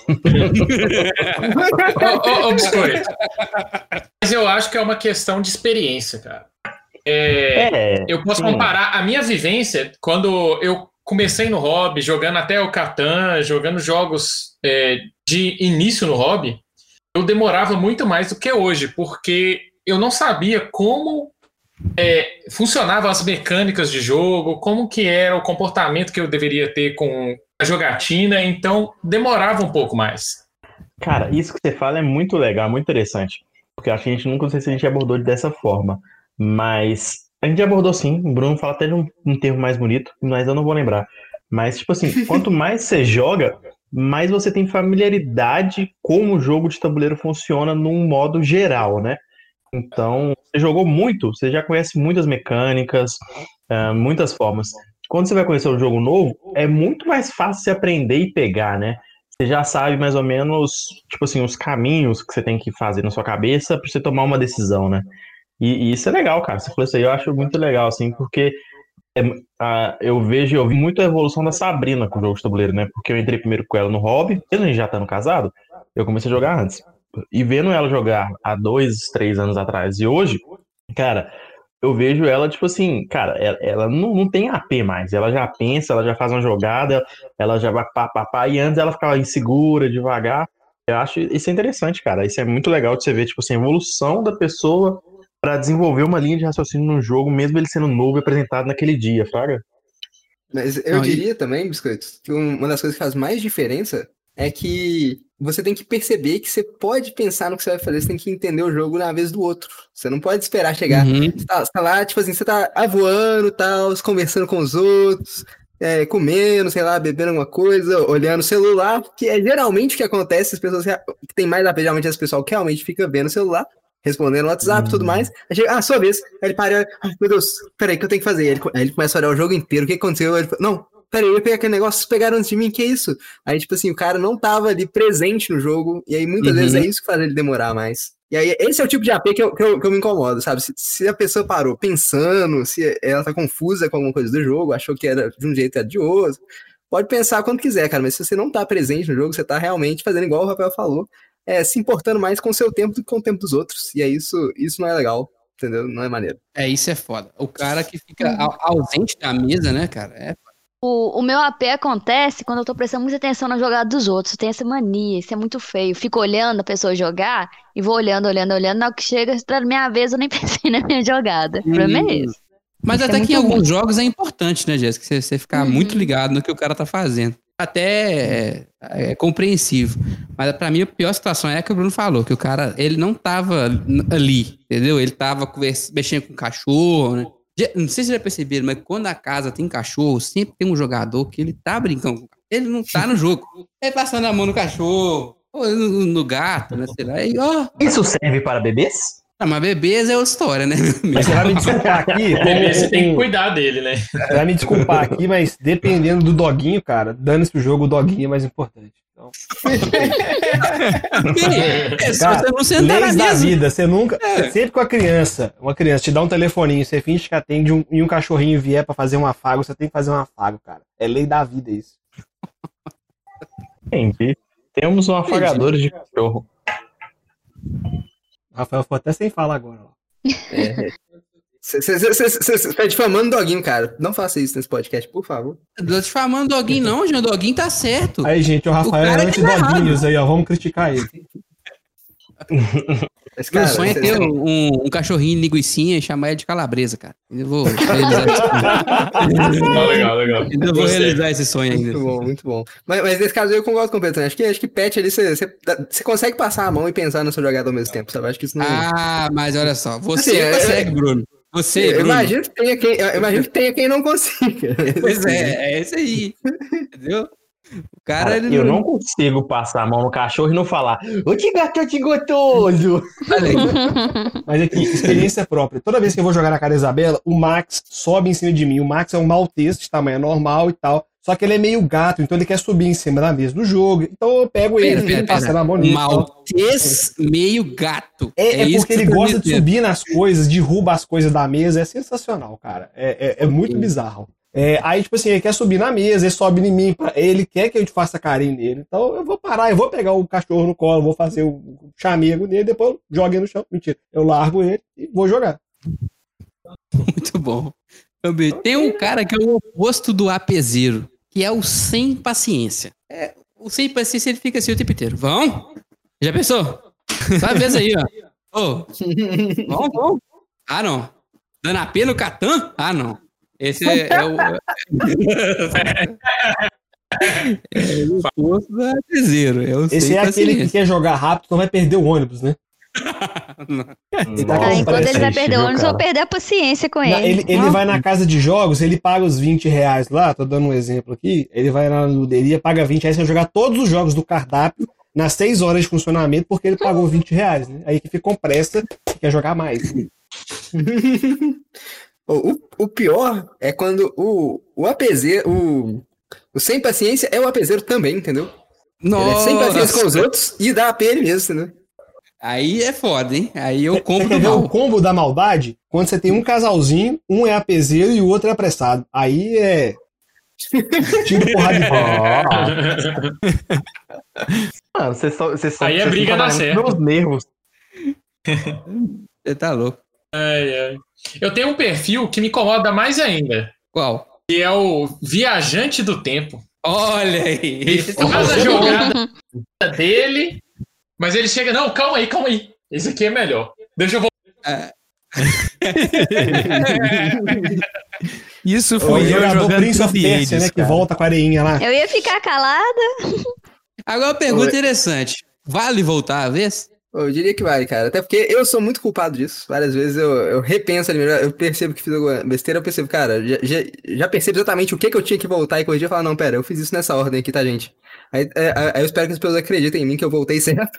Ô, Biscoito. Mas eu acho que é uma questão de experiência, cara. Eu posso comparar a minha vivência quando eu comecei no hobby, jogando até o Catan, jogando jogos de início no hobby, eu demorava muito mais do que hoje, porque eu não sabia como funcionavam as mecânicas de jogo, como que era o comportamento que eu deveria ter com a jogatina, então demorava um pouco mais. Cara, isso que você fala é muito legal, muito interessante, porque acho que a gente nunca, não sei se a gente abordou dessa forma, mas a gente abordou sim, o Bruno fala até de um termo mais bonito, mas eu não vou lembrar. Mas, tipo assim, quanto mais você joga, mais você tem familiaridade como o jogo de tabuleiro funciona num modo geral, né? Então, você jogou muito, você já conhece muitas mecânicas, muitas formas. Quando você vai conhecer um jogo novo, é muito mais fácil você aprender e pegar, né? você já sabe mais ou menos, tipo assim, os caminhos que você tem que fazer na sua cabeça pra você tomar uma decisão, né? E isso é legal, cara. Você falou isso aí, eu acho muito legal, assim, porque eu vi muito a evolução da Sabrina com o jogo de tabuleiro, né? Porque eu entrei primeiro com ela no hobby, mesmo a gente já estando casado, eu comecei a jogar antes. E vendo ela jogar há 2, 3 anos atrás e hoje, cara, eu vejo ela, tipo assim, cara, ela não tem AP mais. Ela já pensa, ela já faz uma jogada, ela já vai pá, e antes ela ficava insegura, devagar. Eu acho isso é interessante, cara. Isso é muito legal de você ver, tipo assim, a evolução da pessoa pra desenvolver uma linha de raciocínio no jogo, mesmo ele sendo novo e apresentado naquele dia, fraga? Mas eu diria também, Biscoitos, que uma das coisas que faz mais diferença é que você tem que perceber que você pode pensar no que você vai fazer, você tem que entender o jogo na vez do outro. Você não pode esperar chegar. Você tá lá, tipo assim, você tá voando e tal, conversando com os outros, comendo, sei lá, bebendo alguma coisa, olhando o celular, que é geralmente o que acontece, as pessoas que tem mais AP, geralmente as pessoas que realmente ficam vendo o celular, respondendo no WhatsApp e tudo mais. Aí chega, sua vez. Aí ele para, meu Deus, peraí, o que eu tenho que fazer? Aí ele começa a olhar o jogo inteiro, o que aconteceu? Aí ele fala, não, peraí, eu ia pegar aquele negócio, vocês pegaram antes de mim, que isso? Aí, tipo assim, o cara não tava ali presente no jogo, e aí muitas vezes é isso que faz ele demorar mais. E aí, esse é o tipo de AP que eu me incomodo, sabe? Se a pessoa parou pensando, se ela tá confusa com alguma coisa do jogo, achou que era de um jeito e era de outro, pode pensar quando quiser, cara, mas se você não tá presente no jogo, você tá realmente fazendo igual o Rafael falou, se importando mais com o seu tempo do que com o tempo dos outros. E aí isso não é legal, entendeu? Não é maneiro. Isso é foda. O cara que fica ausente da mesa, né, cara? O meu AP acontece quando eu tô prestando muita atenção na jogada dos outros. Tem essa mania, isso é muito feio. Fico olhando a pessoa jogar e vou olhando. Na hora que chega na minha vez, eu nem pensei na minha jogada. O problema é esse. Mas isso até que em alguns jogos é importante, né, Jéssica? Você ficar muito ligado no que o cara tá fazendo. Até é compreensível. Mas pra mim a pior situação é a que o Bruno falou, que o cara, ele não tava ali, entendeu? Ele tava mexendo com o cachorro, né? Não sei se vocês já perceberam, mas quando a casa tem cachorro, sempre tem um jogador que ele tá brincando com o cachorro. Ele não tá no jogo. Ele passando a mão no cachorro, ou no gato, né? Sei lá. Isso serve para bebês? Mas bebês é outra história, né? Mas você vai me desculpar aqui. Bebê, você tem que cuidar dele, né? Você vai me desculpar aqui, mas dependendo do doguinho, cara, dando-se o jogo, o doguinho é mais importante. Então... Cara, você não sentar leis na da mesa. vida, você nunca. Sempre com uma criança te dá um telefoninho, você finge que atende e um cachorrinho vier pra fazer um afago, você tem que fazer um afago, cara. É lei da vida isso. Entendi. Temos um afagador de cachorro. Rafael ficou até sem falar agora. Você tá difamando o doguinho, cara. Não faça isso nesse podcast, por favor. Não tô difamando o doguinho, não, gente. O doguinho tá certo. Aí, gente, o Rafael é anti-doguinhos aí, ó. Vamos criticar ele. Esse cara, meu sonho é ter um cachorrinho de linguicinha e chamar ele de calabresa, cara. Eu vou realizar esse sonho. Legal. Eu vou realizar esse sonho ainda. Muito bom. Mas nesse caso eu concordo com o Pedro. Acho que pet ali você consegue passar a mão e pensar na sua jogada ao mesmo tempo, sabe? Acho que isso não... mas olha só. Você consegue, Bruno. Você, Bruno. Imagino que tenha quem não consiga. Pois é isso aí. Entendeu? O cara, ele eu não consigo passar a mão no cachorro e não falar "Ô, que gatote gostoso!" Mas aqui, experiência própria. Toda vez que eu vou jogar na cara da Isabela, o Max sobe em cima de mim. O Max é um maltês de tamanho normal e tal. Só que ele é meio gato, então ele quer subir em cima da mesa do jogo. Então eu pego ele, passando a mão nele. Maltês meio gato. É porque ele gosta de subir nas coisas, derruba as coisas da mesa. É sensacional, cara. É muito bizarro. Aí, tipo assim, ele quer subir na mesa, ele sobe em mim, ele quer que eu faça carinho nele. Então eu vou parar, eu vou pegar o cachorro no colo, vou fazer o chamego nele, depois eu jogo ele no chão. Mentira, eu largo ele e vou jogar. Muito bom. Tem um cara que é o oposto do APZero, que é o sem paciência. O sem paciência, ele fica assim o tempo inteiro. Vão? Já pensou? Sabe vez aí, ó. Vamos. Ah, não. Dando AP no Catan? Ah, não. Esse é o... o oposto do APZero. Esse é aquele que quer jogar rápido, não vai perder o ônibus, né? Enquanto ele vai perder o ônibus, eu vou perder a paciência com ele. Ele vai na casa de jogos, ele paga os R$20 lá, tô dando um exemplo aqui, ele vai na luderia, paga R$20 pra jogar todos os jogos do cardápio nas 6 horas de funcionamento, porque ele pagou R$20, né? Aí que fica com pressa e quer jogar mais. O pior é quando o APZ, o sem paciência é o APZero também, entendeu? Ele é sem paciência com os outros e dá AP ele mesmo, né? Aí é foda, hein? Aí eu combo do mal. O combo da maldade, quando você tem um casalzinho, um é APzeiro e o outro é apressado. Aí é... tiro porrada de bola. Mano, você só aí é briga dá certo. Meus nervos. Você tá louco. Ai. Eu tenho um perfil que me incomoda mais ainda. Qual? Que é o Viajante do Tempo. Olha aí. Ele faz a jogada dele, mas ele chega... Não, calma aí. Esse aqui é melhor. Deixa eu voltar. Isso foi eu jogando Prince of Persia, né? Que volta com a areinha lá. Eu ia ficar calada. Agora uma pergunta interessante. Vale voltar a vez? Eu diria que vale, cara. Até porque eu sou muito culpado disso. Várias vezes eu repenso ali, eu percebo que fiz alguma besteira, eu percebo, cara, já percebo exatamente o que eu tinha que voltar e corrigir e falar, não, pera, eu fiz isso nessa ordem aqui, tá, gente? Aí eu espero que as pessoas acreditem em mim que eu voltei certo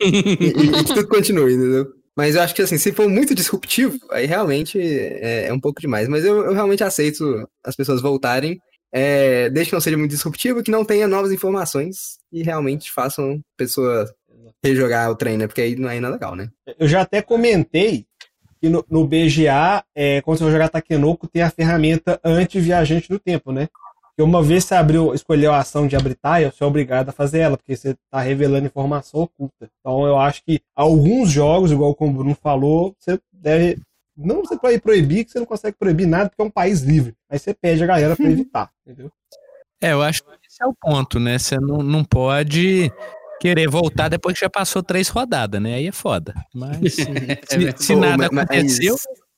e que tudo continue, entendeu? Mas eu acho que, assim, se for muito disruptivo, aí realmente é um pouco demais. Mas eu realmente aceito as pessoas voltarem, desde que não seja muito disruptivo, que não tenha novas informações e realmente façam pessoas rejogar o trem, né? Porque aí não é legal, né? Eu já até comentei que no BGA, quando você vai jogar Takenoko, tem a ferramenta anti-viajante do tempo, né? Que uma vez você escolheu a ação de abrir tile, você é obrigado a fazer ela, porque você tá revelando informação oculta. Então eu acho que alguns jogos, igual como o Bruno falou, você deve... Não você pode proibir, que você não consegue proibir nada, porque é um país livre. Aí você pede a galera pra evitar, entendeu? Eu acho que esse é o ponto, né? Você não pode... querer voltar depois que já passou 3 rodadas, né? Aí é foda. Mas se nada aconteceu...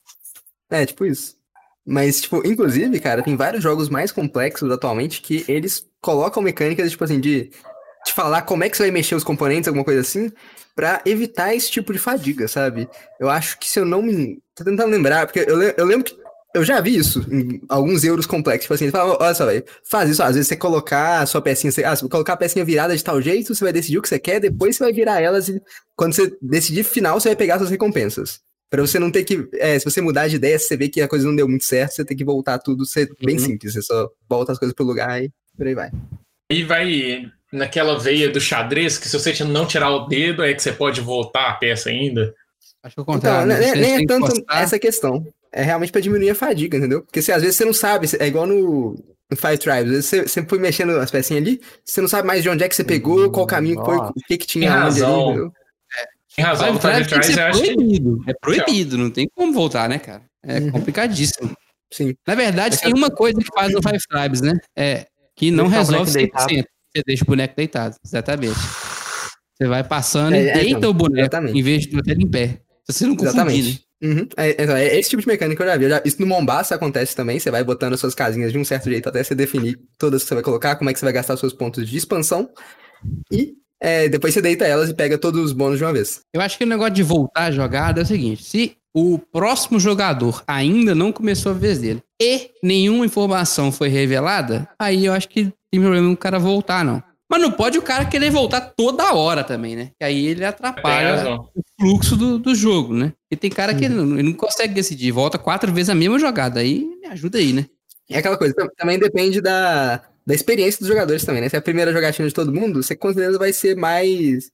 tipo isso. Mas, tipo, inclusive, cara, tem vários jogos mais complexos atualmente que eles colocam mecânicas, tipo assim, de te falar como é que você vai mexer os componentes, alguma coisa assim, pra evitar esse tipo de fadiga, sabe? Eu acho que se eu não me... Tô tentando lembrar, porque eu lembro que eu já vi isso em alguns euros complexos. Tipo assim, ele fala, olha só, velho, faz isso. Às vezes você colocar a sua pecinha, você colocar a pecinha virada de tal jeito, você vai decidir o que você quer, depois você vai virar elas e quando você decidir final, você vai pegar suas recompensas. Pra você não ter que... se você mudar de ideia, se você vê que a coisa não deu muito certo, você tem que voltar tudo, ser bem simples. Você só volta as coisas pro lugar e por aí vai. E vai naquela veia do xadrez, que se você não tirar o dedo, é que você pode voltar a peça ainda. Acho que o contrário. Então, nem é tanto essa questão. É realmente pra diminuir a fadiga, entendeu? Porque às vezes você não sabe, é igual no Five Tribes, às vezes você foi mexendo as pecinhas ali, você não sabe mais de onde é que você pegou, qual caminho foi, o que tinha onde ali, entendeu? Tem razão, o Five Tribes é proibido. É proibido, não tem como voltar, né, cara? É complicadíssimo. Sim. Na verdade, tem uma coisa que faz no Five Tribes, né? Que não resolve 100%. Você deixa o boneco deitado, exatamente. Você vai passando e deita o boneco, em vez de botar ele em pé. Se você não confundir, né? É esse tipo de mecânica que eu já vi. Isso no Mombasa acontece também. Você vai botando as suas casinhas de um certo jeito até você definir todas que você vai colocar, como é que você vai gastar seus pontos de expansão. E depois você deita elas e pega todos os bônus de uma vez. Eu acho que o negócio de voltar a jogada é o seguinte: se o próximo jogador ainda não começou a vez dele e nenhuma informação foi revelada, aí eu acho que tem problema o cara voltar, não. Mas não pode o cara querer voltar toda hora também, né? Que aí ele atrapalha o fluxo do jogo, né? E tem cara que ele não consegue decidir, volta 4 vezes a mesma jogada. Aí me ajuda aí, né? É aquela coisa, também depende da experiência dos jogadores também, né? Se é a primeira jogatina de todo mundo, você com certeza vai ser mais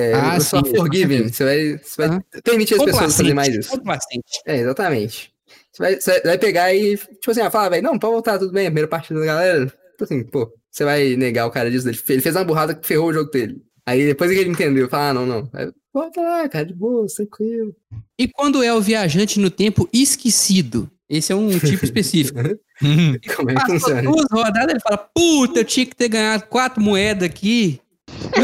forgiving. Você vai permitir as pessoas fazerem mais isso. Exatamente. Você vai pegar e, tipo assim, fala, velho, não, pode voltar, tudo bem, a primeira partida da galera. Tipo assim, pô, você vai negar o cara disso. Ele fez uma burrada que ferrou o jogo dele. Aí depois que ele entendeu, fala, não. Aí, volta lá, cara, de boa, tranquilo. E quando é o viajante no tempo esquecido? Esse é um tipo específico. Como é que funciona? 2 rodadas, ele fala, puta, eu tinha que ter ganhado 4 moedas aqui. Eu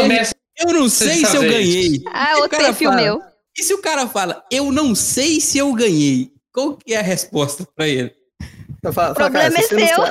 não sei se eu ganhei. Outro perfil meu. E se o cara fala, eu não sei se eu ganhei? Qual que é a resposta pra ele? O problema é seu.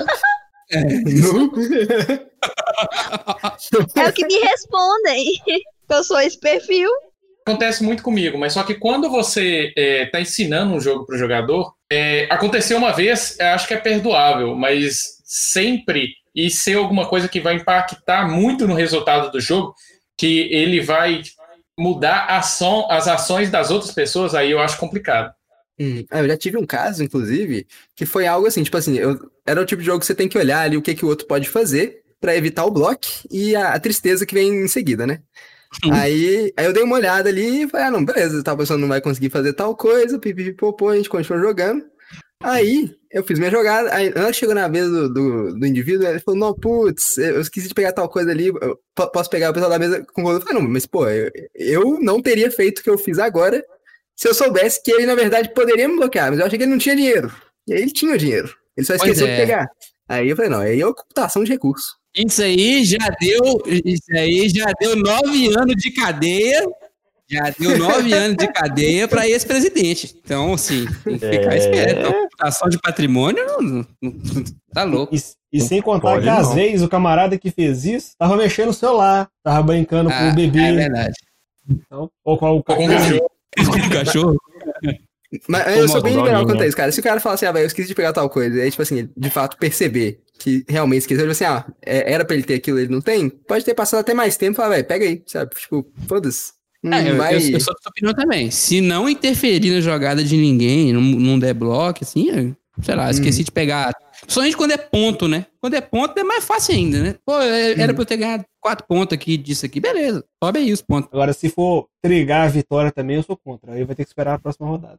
É o que me respondem. Eu sou esse perfil. Acontece muito comigo, mas só que quando você tá ensinando um jogo pro jogador, aconteceu uma vez, acho que é perdoável, mas sempre e ser alguma coisa que vai impactar muito no resultado do jogo, que ele vai mudar as ações das outras pessoas, aí eu acho complicado. Eu já tive um caso, inclusive, que foi algo assim, tipo assim, era o tipo de jogo que você tem que olhar ali o que o outro pode fazer, pra evitar o bloco e a tristeza que vem em seguida, né? Aí eu dei uma olhada ali e falei, não, beleza, tal pessoa não vai conseguir fazer tal coisa, pipipipopô, a gente continua jogando. Aí eu fiz minha jogada, aí na hora que chegou na vez do indivíduo, ele falou, não, putz, eu esqueci de pegar tal coisa ali, posso pegar o pessoal da mesa com o eu falei, não, mas pô, eu não teria feito o que eu fiz agora se eu soubesse que ele, na verdade, poderia me bloquear, mas eu achei que ele não tinha dinheiro. E aí ele tinha o dinheiro, ele só esqueceu de pegar. Aí eu falei, não, aí é ocultação de recurso. Isso aí já deu 9 anos de cadeia. Já deu 9 anos de cadeia para ex-presidente. Então, assim, tem que ficar esperto. Então, ocultação de patrimônio, tá louco. E sem contar que, às vezes, o camarada que fez isso tava mexendo no celular, tava brincando com o bebê. É verdade. Então, ou com o cachorro. Mas eu sou bem liberal quanto a isso, cara. Se o cara falar assim, velho, eu esqueci de pegar tal coisa, aí, tipo assim, de fato, perceber que realmente esqueceu, tipo assim, era pra ele ter aquilo, ele não tem, pode ter passado até mais tempo e falar, velho, pega aí, sabe? Tipo, foda-se. Eu sou da sua opinião também. Se não interferir na jogada de ninguém, não der bloco, assim, sei lá, esqueci de pegar. Somente quando é ponto, né? Quando é ponto é mais fácil ainda, né? Pô, era pra eu ter ganhado 4 pontos aqui disso aqui, beleza. Sobe aí os pontos. Agora, se for trigar a vitória também, eu sou contra. Aí vai ter que esperar a próxima rodada.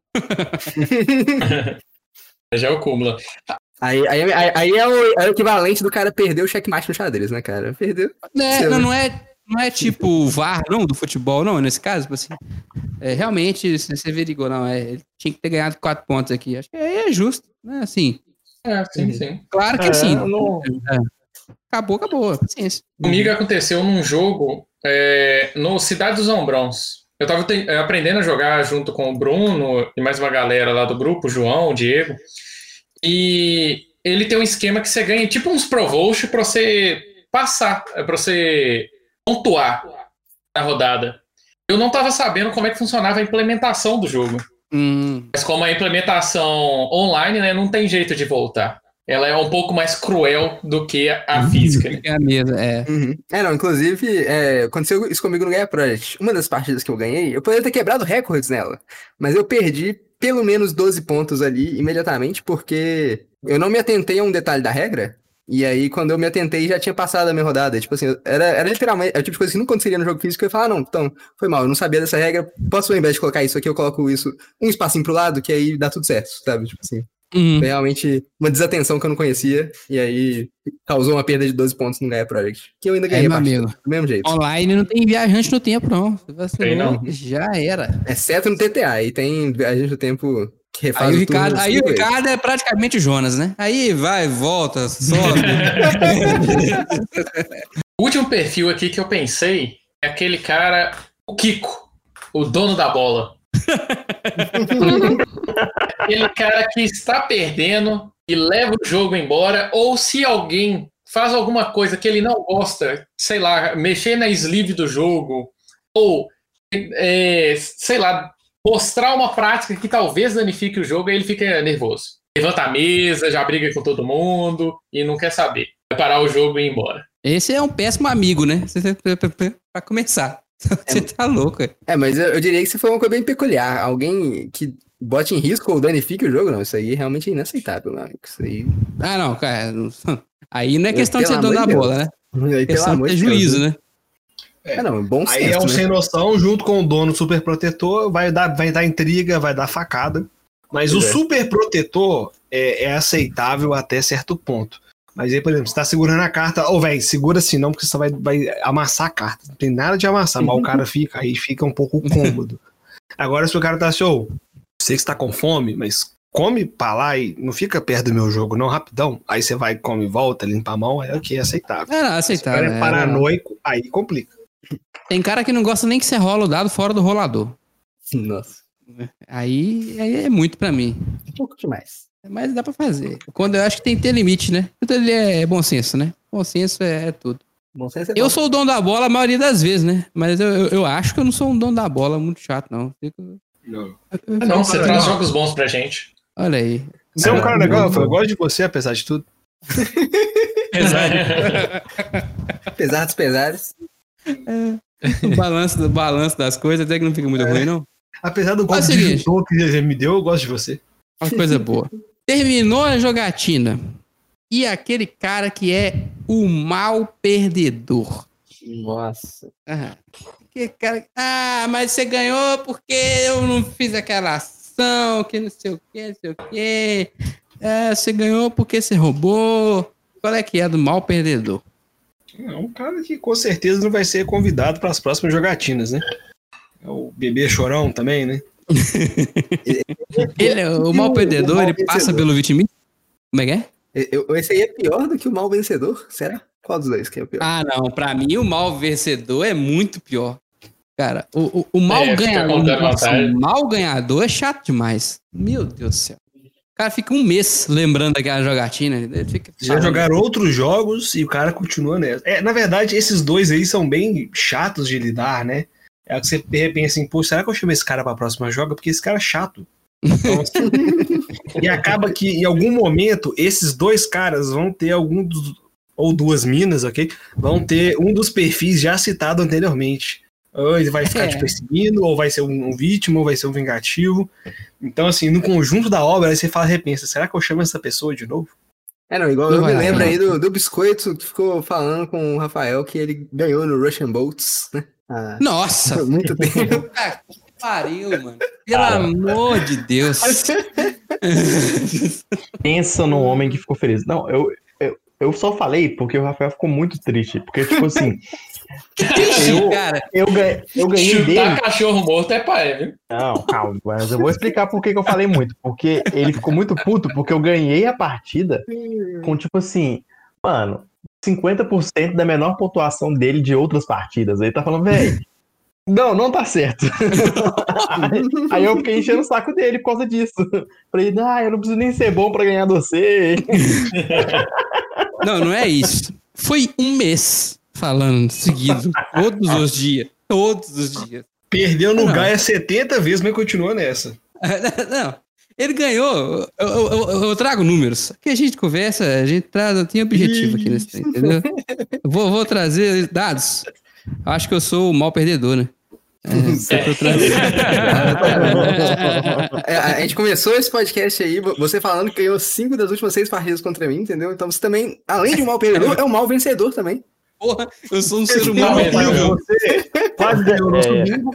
Já é o cúmulo. Aí é o equivalente do cara perder o checkmate no xadrez, né, cara? Perdeu. Não é tipo o VAR, não, do futebol, não, nesse caso, tipo assim. Realmente, você averigou, não, ele tinha que ter ganhado 4 pontos aqui. Acho que é justo, né, assim. Sim. Claro que sim. Acabou, paciência. Comigo aconteceu num jogo no Cidade dos Ombrões. Eu tava aprendendo a jogar junto com o Bruno e mais uma galera lá do grupo, o João, o Diego. E ele tem um esquema que você ganha tipo uns provost pra você passar, pra você pontuar na rodada. Eu não tava sabendo como é que funcionava a implementação do jogo. Mas como a implementação online, né, não tem jeito de voltar. Ela é um pouco mais cruel do que a física. Né? É a mesma, não, inclusive, aconteceu isso comigo no Gaia Project. Uma das partidas que eu ganhei, eu poderia ter quebrado recordes nela, mas eu perdi pelo menos 12 pontos ali imediatamente, porque eu não me atentei a um detalhe da regra, e aí quando eu me atentei já tinha passado a minha rodada. Tipo assim, era literalmente, o tipo de coisa que não aconteceria no jogo físico, eu ia falar, não, então, foi mal, eu não sabia dessa regra, posso ao invés de colocar isso aqui, eu coloco isso, um espacinho pro lado, que aí dá tudo certo, sabe? Tipo assim. Foi realmente uma desatenção que eu não conhecia, e aí causou uma perda de 12 pontos no Gaia Project, que eu ainda ganhei do mesmo jeito. Online não tem viajante no tempo, não. Não. Já era. Exceto no TTA, aí tem viajante no tempo que refaz aí o Ricardo é praticamente o Jonas, né? Aí vai, volta, sobe. O último perfil aqui que eu pensei é aquele cara, o Kiko, o dono da bola. Aquele cara que está perdendo e leva o jogo embora, ou se alguém faz alguma coisa que ele não gosta, sei lá, mexer na sleeve do jogo, ou sei lá, mostrar uma prática que talvez danifique o jogo, aí ele fica nervoso. Levanta a mesa, já briga com todo mundo e não quer saber. Vai parar o jogo e ir embora. Esse é um péssimo amigo, né? Pra começar. Você tá louco. Mas eu diria que isso foi uma coisa bem peculiar. Alguém que bote em risco ou danifique o jogo, não. Isso aí realmente é inaceitável, meu amigo. Isso aí... não, cara. Aí não é questão de ser dono da bola, né? É questão de ter juízo, né? Bom senso, aí é um sem noção, junto com o dono super protetor, vai dar intriga, vai dar facada. Mas o super protetor é aceitável até certo ponto. Mas aí, por exemplo, você tá segurando a carta, velho, segura assim não, porque você vai amassar a carta. Não tem nada de amassar, mas o cara fica um pouco cômodo. Agora, se o cara tá assim, sei que você tá com fome, mas come pra lá e não fica perto do meu jogo, não, rapidão. Aí você vai, come e volta, limpa a mão, é aceitável. Aceitável. Se o cara é paranoico, aí complica. Tem cara que não gosta nem que você rola o dado fora do rolador. Nossa. Aí é muito pra mim. Um pouco demais. Mas dá pra fazer. Quando eu acho que tem que ter limite, né? Então ele é bom senso, né? Bom senso é tudo. Bom senso é eu sou o dono da bola a maioria das vezes, né? Mas eu acho que eu não sou um dono da bola muito chato, não. Não, você traz jogos bons pra gente. Olha aí. Você é um cara legal, eu gosto de você, apesar de tudo. Apesar dos pesares. O balanço das coisas até que não fica muito ruim, não. Apesar do golpe de judô que você me deu, eu gosto de você. Uma coisa boa. Terminou a jogatina. e aquele cara que é o mal perdedor. Nossa. Que cara... mas você ganhou porque eu não fiz aquela ação, que não sei o que. Você ganhou porque você roubou. Qual é que é do mal perdedor? É um cara que com certeza não vai ser convidado para as próximas jogatinas, né? É o bebê chorão também, né? O mal perdedor, ele passa pelo vitimismo? Como é que é? Esse aí é pior do que o mal vencedor? Será? Qual dos dois que é o pior? Não. Pra mim, o mal vencedor é muito pior. Cara, o mal ganhador. O mal ganhador é chato demais. Meu Deus do céu. O cara fica um mês lembrando daquela jogatina. Já jogaram outros jogos e o cara continua nessa. Na verdade, esses dois aí são bem chatos de lidar, né? É que você de repente assim, pô, será que eu chamo esse cara pra próxima joga? Porque esse cara é chato. Então, assim, e acaba que em algum momento esses dois caras vão ter ou duas minas, ok? Vão ter um dos perfis já citado anteriormente. Ou ele vai ficar te perseguindo, ou vai ser um vítima, ou vai ser um vingativo. Então, assim, no conjunto da obra, aí você repensa, será que eu chamo essa pessoa de novo? Igual eu me lembro aí do Biscoito, que ficou falando com o Rafael que ele ganhou no Russian Boats, né? Nossa! Muito tempo. Que pariu, mano. Pelo amor de Deus. Pensa no homem que ficou feliz. Não, eu só falei porque o Rafael ficou muito triste. Porque, tipo assim... eu ganhei Chutar dele... cachorro morto é pai, viu? Não, calma. Mas eu vou explicar por que eu falei muito. Porque ele ficou muito puto porque eu ganhei a partida com, tipo assim... Mano... 50% da menor pontuação dele de outras partidas. Ele tá falando, velho, não tá certo. Aí eu fiquei enchendo o saco dele por causa disso. Falei, eu não preciso nem ser bom pra ganhar você. Não é isso. Foi um mês falando seguido, todos os dias. Perdeu no Gaia 70 vezes, mas continua nessa. Não. Ele ganhou. Eu trago números. Aqui a gente conversa, a gente tem objetivo aqui nesse tempo, entendeu? Vou trazer dados. Acho que eu sou o mal perdedor, né? A gente começou esse podcast aí, você falando que ganhou 5 das últimas 6 partidas contra mim, entendeu? Então você também, além de um mal perdedor, é um mal vencedor também. Porra, eu sou um ser humano. Você quase ganhou o nosso bingo.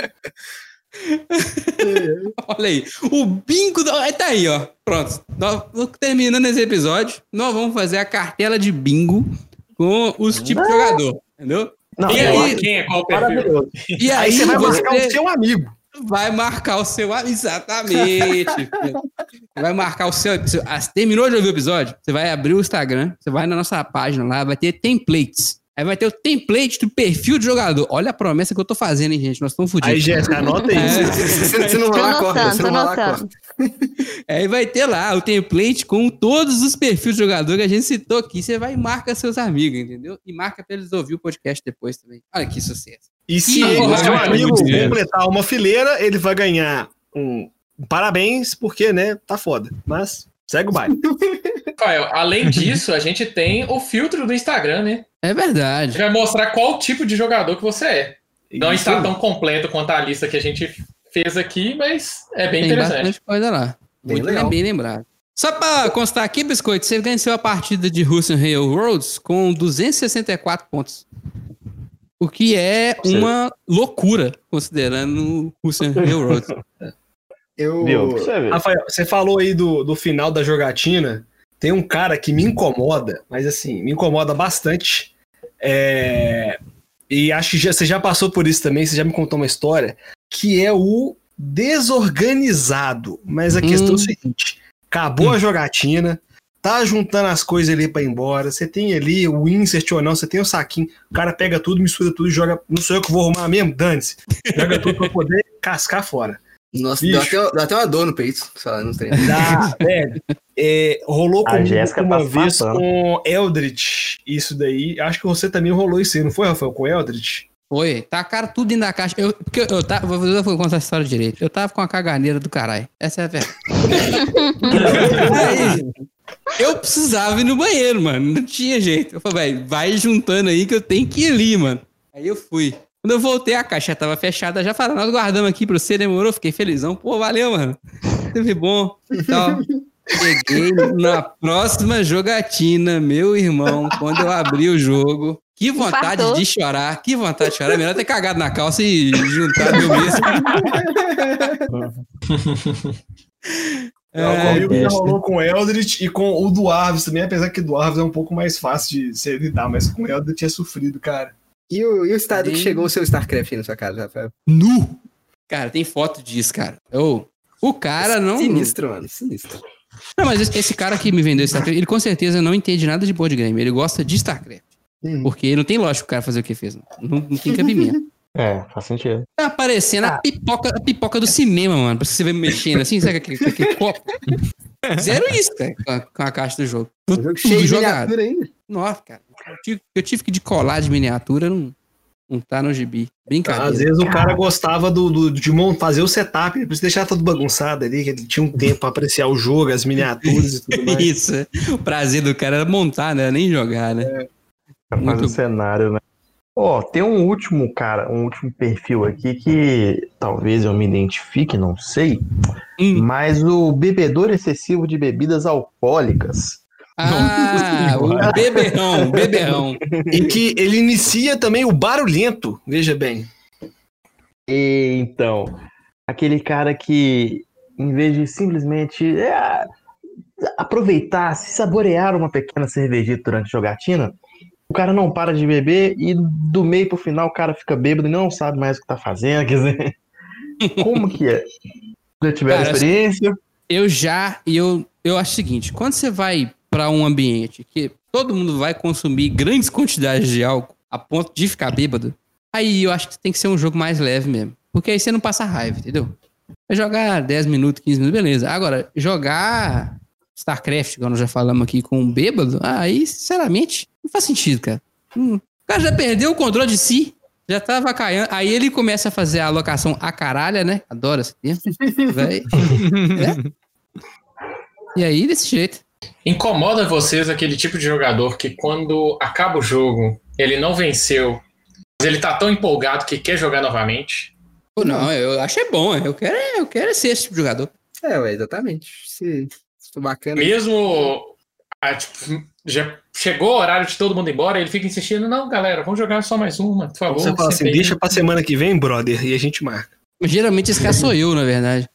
Olha aí, o bingo tá aí, ó. Pronto, terminando esse episódio, nós vamos fazer a cartela de bingo com os tipos de jogador, entendeu? Não, e aí, quem é qual perfil? E aí você vai marcar o seu amigo. Vai marcar o seu amigo, exatamente. Vai marcar o seu. Terminou de ouvir o episódio? Você vai abrir o Instagram, você vai na nossa página lá, vai ter templates. Aí vai ter o template do perfil de jogador. Olha a promessa que eu tô fazendo, hein, gente? Nós estamos fodidos. Aí, Jéssica, anota isso. Se não rolar, corta. Se não rolar, corta. Aí vai ter lá o template com todos os perfis de jogador que a gente citou aqui. Você vai e marca seus amigos, entendeu? E marca pra eles ouvir o podcast depois também. Olha que sucesso. E se o seu amigo completar uma fileira, ele vai ganhar um parabéns, porque, né, tá foda. Mas segue o baile. Rafael, além disso, a gente tem o filtro do Instagram, né? É verdade. Vai mostrar qual tipo de jogador que você é. Não está tão completo quanto a lista que a gente fez aqui, mas é bem interessante. Tem bastante coisa lá. Bem lembrado. Só pra constar aqui, Biscoito, você venceu a partida de Russian Railroads com 264 pontos. O que é uma loucura, considerando o Russian Railroads. Rafael, você falou aí do final da jogatina. Tem um cara que me incomoda, mas assim, me incomoda bastante. E acho que você já passou por isso também, você já me contou uma história, que é o desorganizado. Mas a questão é o seguinte: acabou a jogatina, tá juntando as coisas ali pra ir embora, você tem ali o insert ou não, você tem o saquinho, o cara pega tudo, mistura tudo e joga. Não sou eu que vou arrumar mesmo, dane-se. Joga tudo pra poder cascar fora. Nossa, deu até uma dor no peito, falando nos treinos. Velho. Rolou comigo uma vez com Eldritch, isso daí. Acho que você também rolou isso aí, não foi, Rafael, com Eldritch? Foi, tacaram tudo dentro da caixa. Vou contar a história direito. Eu tava com a caganeira do caralho. Essa é a verdade. Aí, eu precisava ir no banheiro, mano. Não tinha jeito. Eu falei, velho, vai juntando aí que eu tenho que ir ali, mano. Aí eu fui. Quando eu voltei, a caixa tava fechada. Já falaram, nós guardamos aqui pra você, demorou. Fiquei felizão. Pô, valeu, mano. Teve bom e tal. Cheguei na próxima jogatina, meu irmão, quando eu abri o jogo. Que vontade Infartou. de chorar, que vontade de chorar. Melhor ter cagado na calça e juntar meu mesmo. Comigo já rolou com o Eldritch e com o Dwarves também, apesar que o Dwarves é um pouco mais fácil de se lidar, mas com o Eldritch é sofrido, cara. E o estado que chegou o seu StarCraft aí na sua casa, Rafael? Nu! Cara, tem foto disso, cara. O cara não... Sinistro, mano, sinistro. Não, mas esse cara que me vendeu StarCraft, ele com certeza não entende nada de board game. Ele gosta de StarCraft. Porque não tem lógica o cara fazer o que fez. Não tem cabimento. Faz sentido. Tá aparecendo a pipoca do cinema, mano. Pra você ver mexendo assim, sabe aquele copo? Zero isso, cara, com a caixa do jogo. Jogo cheio de miniatura ainda. Nossa, cara. Eu tive que de colar de miniatura, não tá no gibi. Brincadeira. Às vezes o cara gostava de fazer o setup, por isso deixar tudo bagunçado ali, que ele tinha um tempo pra apreciar o jogo, as miniaturas e tudo mais. Isso. O prazer do cara era montar, né? Nem jogar, né? Fazer o cenário, né? Tem um último perfil aqui que talvez eu me identifique, não sei, mas o bebedor excessivo de bebidas alcoólicas. O beberrão. E que ele inicia também o barulhento, veja bem. Então, aquele cara que, em vez de simplesmente aproveitar, se saborear uma pequena cervejita durante a jogatina, o cara não para de beber e do meio pro final o cara fica bêbado e não sabe mais o que tá fazendo, quer dizer, como que é? Já tiveram experiência? Eu acho o seguinte, quando você vai pra um ambiente que todo mundo vai consumir grandes quantidades de álcool a ponto de ficar bêbado, aí eu acho que tem que ser um jogo mais leve mesmo, porque aí você não passa raiva, entendeu? Vai jogar 10 minutos, 15 minutos, beleza. Agora, jogar StarCraft, como nós já falamos aqui, com um bêbado, aí, sinceramente, não faz sentido, cara. O cara já perdeu o controle de si, já tava caindo. Aí ele começa a fazer a alocação a caralha, né? Adoro esse tempo. E aí, desse jeito. Incomoda vocês aquele tipo de jogador que quando acaba o jogo, ele não venceu, mas ele tá tão empolgado que quer jogar novamente? Não, eu acho bom. Eu quero ser esse tipo de jogador. Exatamente. Se bacana. Mesmo já chegou o horário de todo mundo ir embora, ele fica insistindo, não, galera, vamos jogar só mais uma, por favor. Você fala assim, deixa pra semana que vem, brother, e a gente marca. Geralmente esse cara sou eu, na verdade.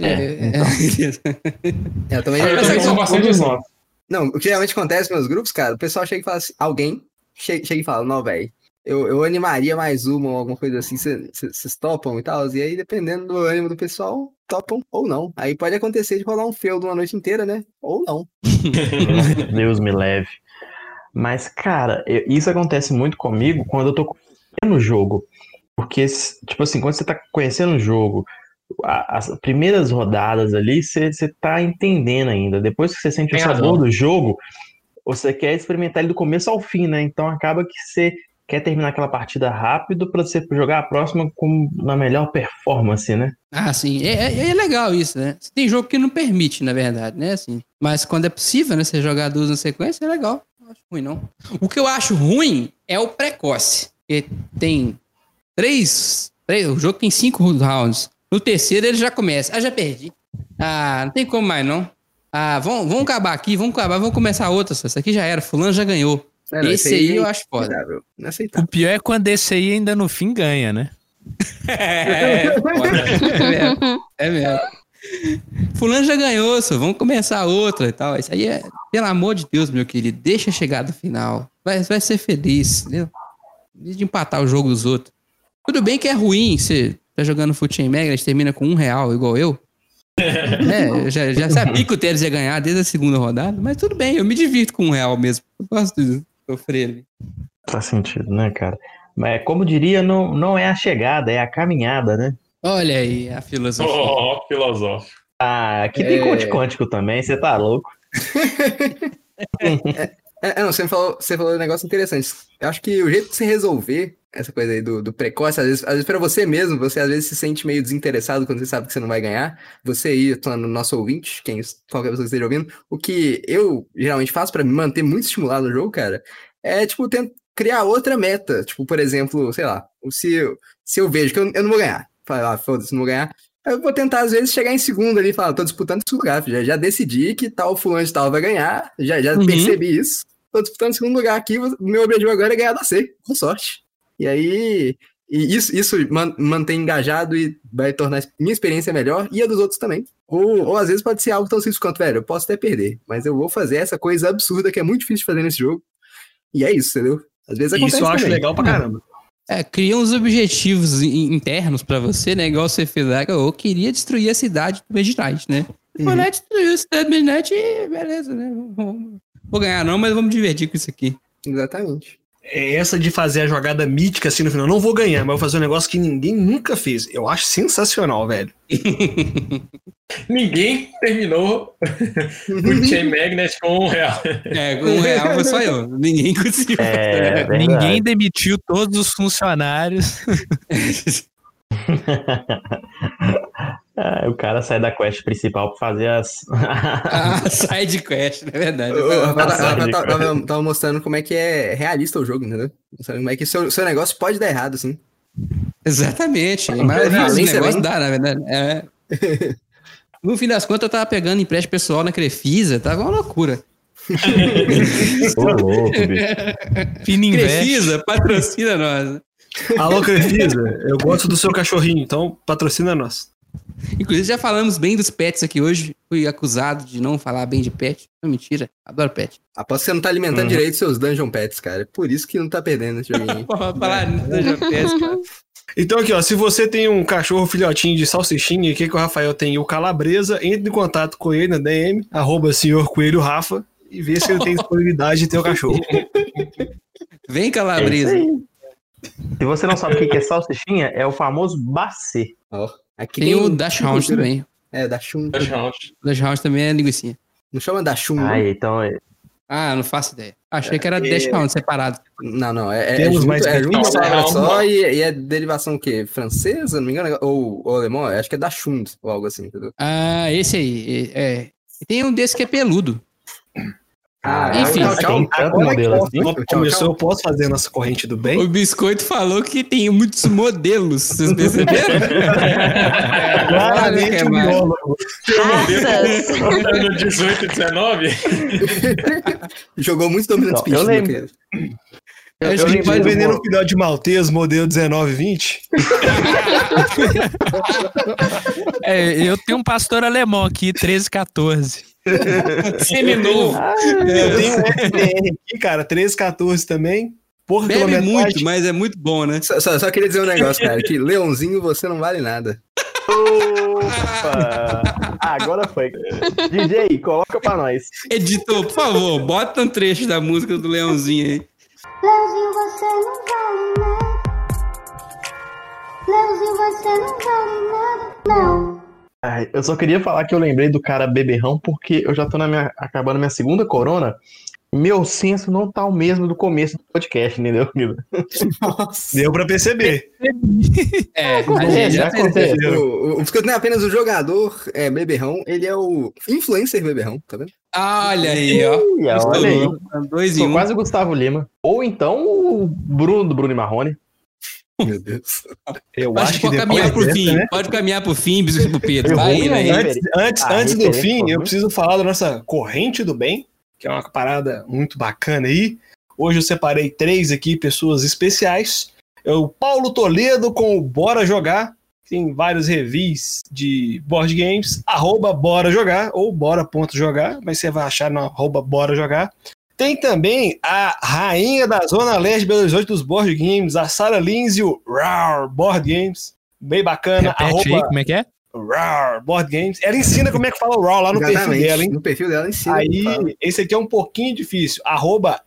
Eu também sou bastante assim. Não, o que geralmente acontece nos meus grupos, cara, o pessoal chega e fala assim, alguém chega e fala, não, velho, eu animaria mais uma ou alguma coisa assim, vocês topam e tal, e aí dependendo do ânimo do pessoal, topam ou não. Aí pode acontecer de rolar um feudo uma noite inteira, né? Ou não. Deus me leve. Mas, cara, isso acontece muito comigo quando eu tô conhecendo o jogo. Porque, tipo assim, quando você tá conhecendo o jogo, as primeiras rodadas ali, você tá entendendo ainda. Depois que você sente o sabor do jogo, você quer experimentar ele do começo ao fim, né? Então acaba que você quer terminar aquela partida rápido pra você jogar a próxima na melhor performance, né? Ah, sim. É legal isso, né? Tem jogo que não permite, na verdade, né? Assim, mas quando é possível, né? Você jogar duas na sequência, é legal. Não acho ruim, não. O que eu acho ruim é o precoce. Porque tem o jogo tem 5 rounds. No terceiro ele já começa. Já perdi. Não tem como mais, não. Vamos acabar aqui, vamos começar outra. Isso aqui já era, fulano já ganhou. Esse aí eu acho foda. O pior é quando esse aí ainda no fim ganha, né? É mesmo. Fulano já ganhou, só vamos começar outra e tal. Isso aí é, pelo amor de Deus, meu querido, deixa chegar do final. Vai ser feliz, entendeu? De empatar o jogo dos outros. Tudo bem que é ruim, você tá jogando Fute em Mega, a gente termina com R$1 igual eu. Eu já sabia que o Teles ia ganhar desde a segunda rodada, mas tudo bem, eu me divirto com R$1 mesmo. Eu gosto de sofrer ali. Faz sentido, né, cara? Mas como diria, não é a chegada, é a caminhada, né? Olha aí, a filosofia. Filosófico. Aqui tem coach quântico também, você tá louco? Não, você falou um negócio interessante. Eu acho que o jeito de você resolver essa coisa aí do precoce, às vezes pra você mesmo, você às vezes se sente meio desinteressado quando você sabe que você não vai ganhar. Você aí, no nosso ouvinte, qualquer pessoa que esteja ouvindo, o que eu geralmente faço pra me manter muito estimulado no jogo, cara, é, tipo, criar outra meta. Tipo, por exemplo, sei lá, se eu vejo que eu não vou ganhar, fala, foda-se, não vou ganhar, Eu vou tentar, às vezes, chegar em segundo ali e falar, tô disputando esse lugar, já decidi que tal fulano de tal vai ganhar, já percebi isso, tô disputando segundo lugar aqui, meu objetivo agora é ganhar da C, com sorte. E aí, isso mantém engajado e vai tornar minha experiência melhor e a dos outros também. Ou às vezes pode ser algo tão simples quanto, velho, eu posso até perder, mas eu vou fazer essa coisa absurda que é muito difícil de fazer nesse jogo. E é isso, entendeu? Às vezes acontece isso eu acho também. legal pra caramba. Cria uns objetivos internos pra você, né? Igual você fez lá, eu queria destruir a cidade do Midnight, né? Foi lá destruir a cidade do Midnight e beleza, né? Vou ganhar não, mas vamos divertir com isso aqui. Exatamente. Essa de fazer a jogada mítica assim no final, não vou ganhar, mas vou fazer um negócio que ninguém nunca fez. Eu acho sensacional, velho. Ninguém terminou o Chain Magnet com R$1. Com R$1 foi só eu. Ninguém conseguiu. Ninguém demitiu todos os funcionários. O cara sai da quest principal pra fazer as... side quest, é verdade. Eu tava mostrando como é que é realista o jogo, entendeu? Mostrando como é que seu negócio pode dar errado, assim. Exatamente. Mas esse negócio dá, na verdade. No fim das contas, eu tava pegando empréstimo pessoal na Crefisa, tava uma loucura. Ô, louco, bicho. Crefisa, patrocina nós. Alô, Crefisa, eu gosto do seu cachorrinho, então patrocina nós. Inclusive, já falamos bem dos pets aqui hoje. Fui acusado de não falar bem de pet. Não, mentira. Adoro pet. Aposto que você não tá alimentando direito seus Dungeon Pets, cara. Por isso que não tá perdendo esse joguinho. Falar Dungeon Pets, cara. Então aqui, ó, se você tem um cachorro filhotinho de salsichinha, que o Rafael tem o Calabresa, entre em contato com ele na DM, @senhorcoelhorafa, e vê se ele tem disponibilidade de ter o cachorro. Vem, Calabresa. Se você não sabe o que é salsichinha, é o famoso bacê. Aqui tem o Dachshund também. Dachshund. Dachshund também é linguicinha. Não chama Dachshund. Então é... não faço ideia. Achei que era Dachshund separado. Não. Temos junto uma palavra não, só e é derivação o quê? Francesa, não me engano? Ou alemão? Acho que é Dachshund ou algo assim, entendeu? Esse aí. E tem um desse que é peludo. Enfim. Tem tanto modelo assim. Eu posso fazer a nossa corrente do bem? O Biscoito falou que tem muitos modelos. Vocês perceberam? Claramente um biólogo. No 18 e 19? Jogou muito Dominant Speech. Eu lembro. A gente vai vender no final de Maltese, modelo 1920. Eu tenho um pastor alemão aqui, 1314. Seminovo. Eu tenho um SDR aqui, cara, 1314 também. Porra, bebe muito, mas é muito bom, né? Só queria dizer um negócio, cara, que Leãozinho, você não vale nada. Opa! Agora foi. DJ, coloca pra nós. Editor, por favor, bota um trecho da música do Leãozinho aí. Leãozinho, você não vale nada. Leãozinho, você não vale nada. Não. Eu só queria falar que eu lembrei do cara beberrão porque eu já tô acabando minha segunda corona. Meu senso não tá o mesmo do começo do podcast, entendeu, amigo? Nossa. Deu pra perceber. Já aconteceu. Porque não é apenas o jogador beberrão, ele é o influencer beberrão, tá vendo? Olha aí, ó. Olha aí. 2 em 1. Quase o Gustavo Lima. Ou então o Bruno do Bruno e Marrone. Meu Deus. Eu Acho que pode caminhar pro fim. Né? Pode caminhar pro fim, pro Pedro. Antes do fim, eu preciso falar da nossa corrente do bem, que é uma parada muito bacana aí. Hoje eu separei 3 aqui, pessoas especiais. É o Paulo Toledo com o Bora Jogar. Tem vários reviews de board games. @Bora Jogar ou bora.jogar, mas você vai achar no @Bora Jogar. Tem também a rainha da Zona Leste de Belo Horizonte dos board games, a Sarah Lindsay, o Rar Board Games. Bem bacana. Repete aí, como é que é? Rar Board Games. Ela ensina como é que fala o Rar lá no perfil dela, hein? No perfil dela ensina. Aí, esse aqui é um pouquinho difícil. @RAWR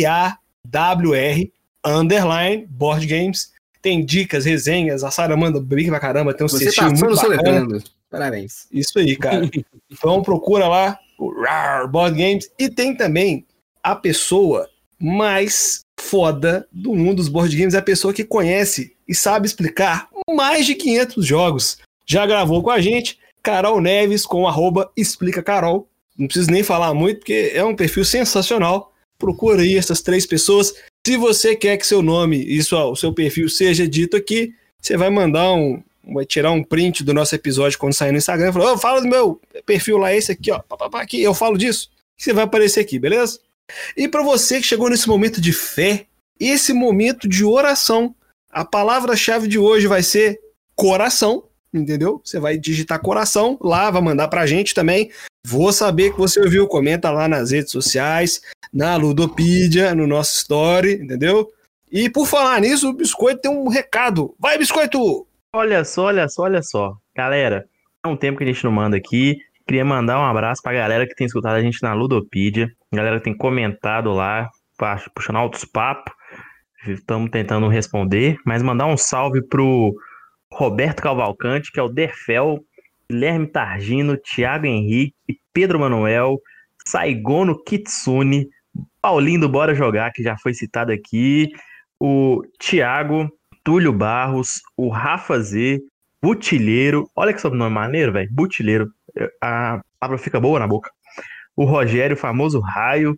Board Games. Tem dicas, resenhas. A Sarah manda brinca pra caramba. Tem um cestinho muito bacana. Parabéns. Isso aí, cara. Então procura lá o Rar Board Games. E tem também a pessoa mais foda do mundo dos board games, é a pessoa que conhece e sabe explicar mais de 500 jogos. Já gravou com a gente, Carol Neves, com @explicacarol. Não preciso nem falar muito, porque é um perfil sensacional. Procura aí essas 3 pessoas. Se você quer que seu nome e o seu perfil seja dito aqui, você vai mandar vai tirar um print do nosso episódio quando sair no Instagram e falar, fala do meu perfil lá, esse aqui, ó, aqui, eu falo disso. Você vai aparecer aqui, beleza? E para você que chegou nesse momento de fé, esse momento de oração, a palavra-chave de hoje vai ser coração, entendeu? Você vai digitar coração lá, vai mandar pra gente também. Vou saber que você ouviu, comenta lá nas redes sociais, na Ludopedia, no nosso story, entendeu? E por falar nisso, o Biscoito tem um recado. Vai, Biscoito! Olha só. Galera, há um tempo que a gente não manda aqui. Queria mandar um abraço pra galera que tem escutado a gente na Ludopedia. Galera que tem comentado lá, puxando altos papos. Estamos tentando responder. Mas mandar um salve pro Roberto Cavalcante, que é o Derfel, Guilherme Targino, Thiago Henrique, Pedro Manuel, Saigono Kitsune, Paulinho do Bora Jogar, que já foi citado aqui, o Thiago, Túlio Barros, o Rafa Z, Butilheiro, olha que sobrenome maneiro, velho, Butilheiro, a palavra fica boa na boca, o Rogério, o famoso Raio,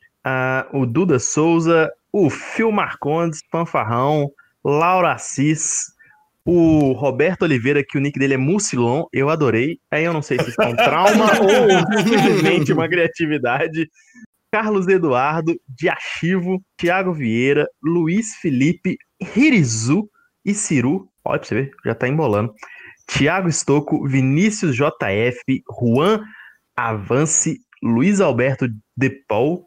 o Duda Souza, o Phil Marcondes, Fanfarrão, Laura Assis, o Roberto Oliveira, que o nick dele é Mucilon, eu adorei. Aí eu não sei se isso é um trauma ou simplesmente uma criatividade. Carlos Eduardo, Diachivo, Thiago Vieira, Luiz Felipe, Hirizu e Ciru. Olha pra você ver, já tá embolando. Thiago Estocco, Vinícius JF, Juan Avance, Luiz Alberto De Paulo,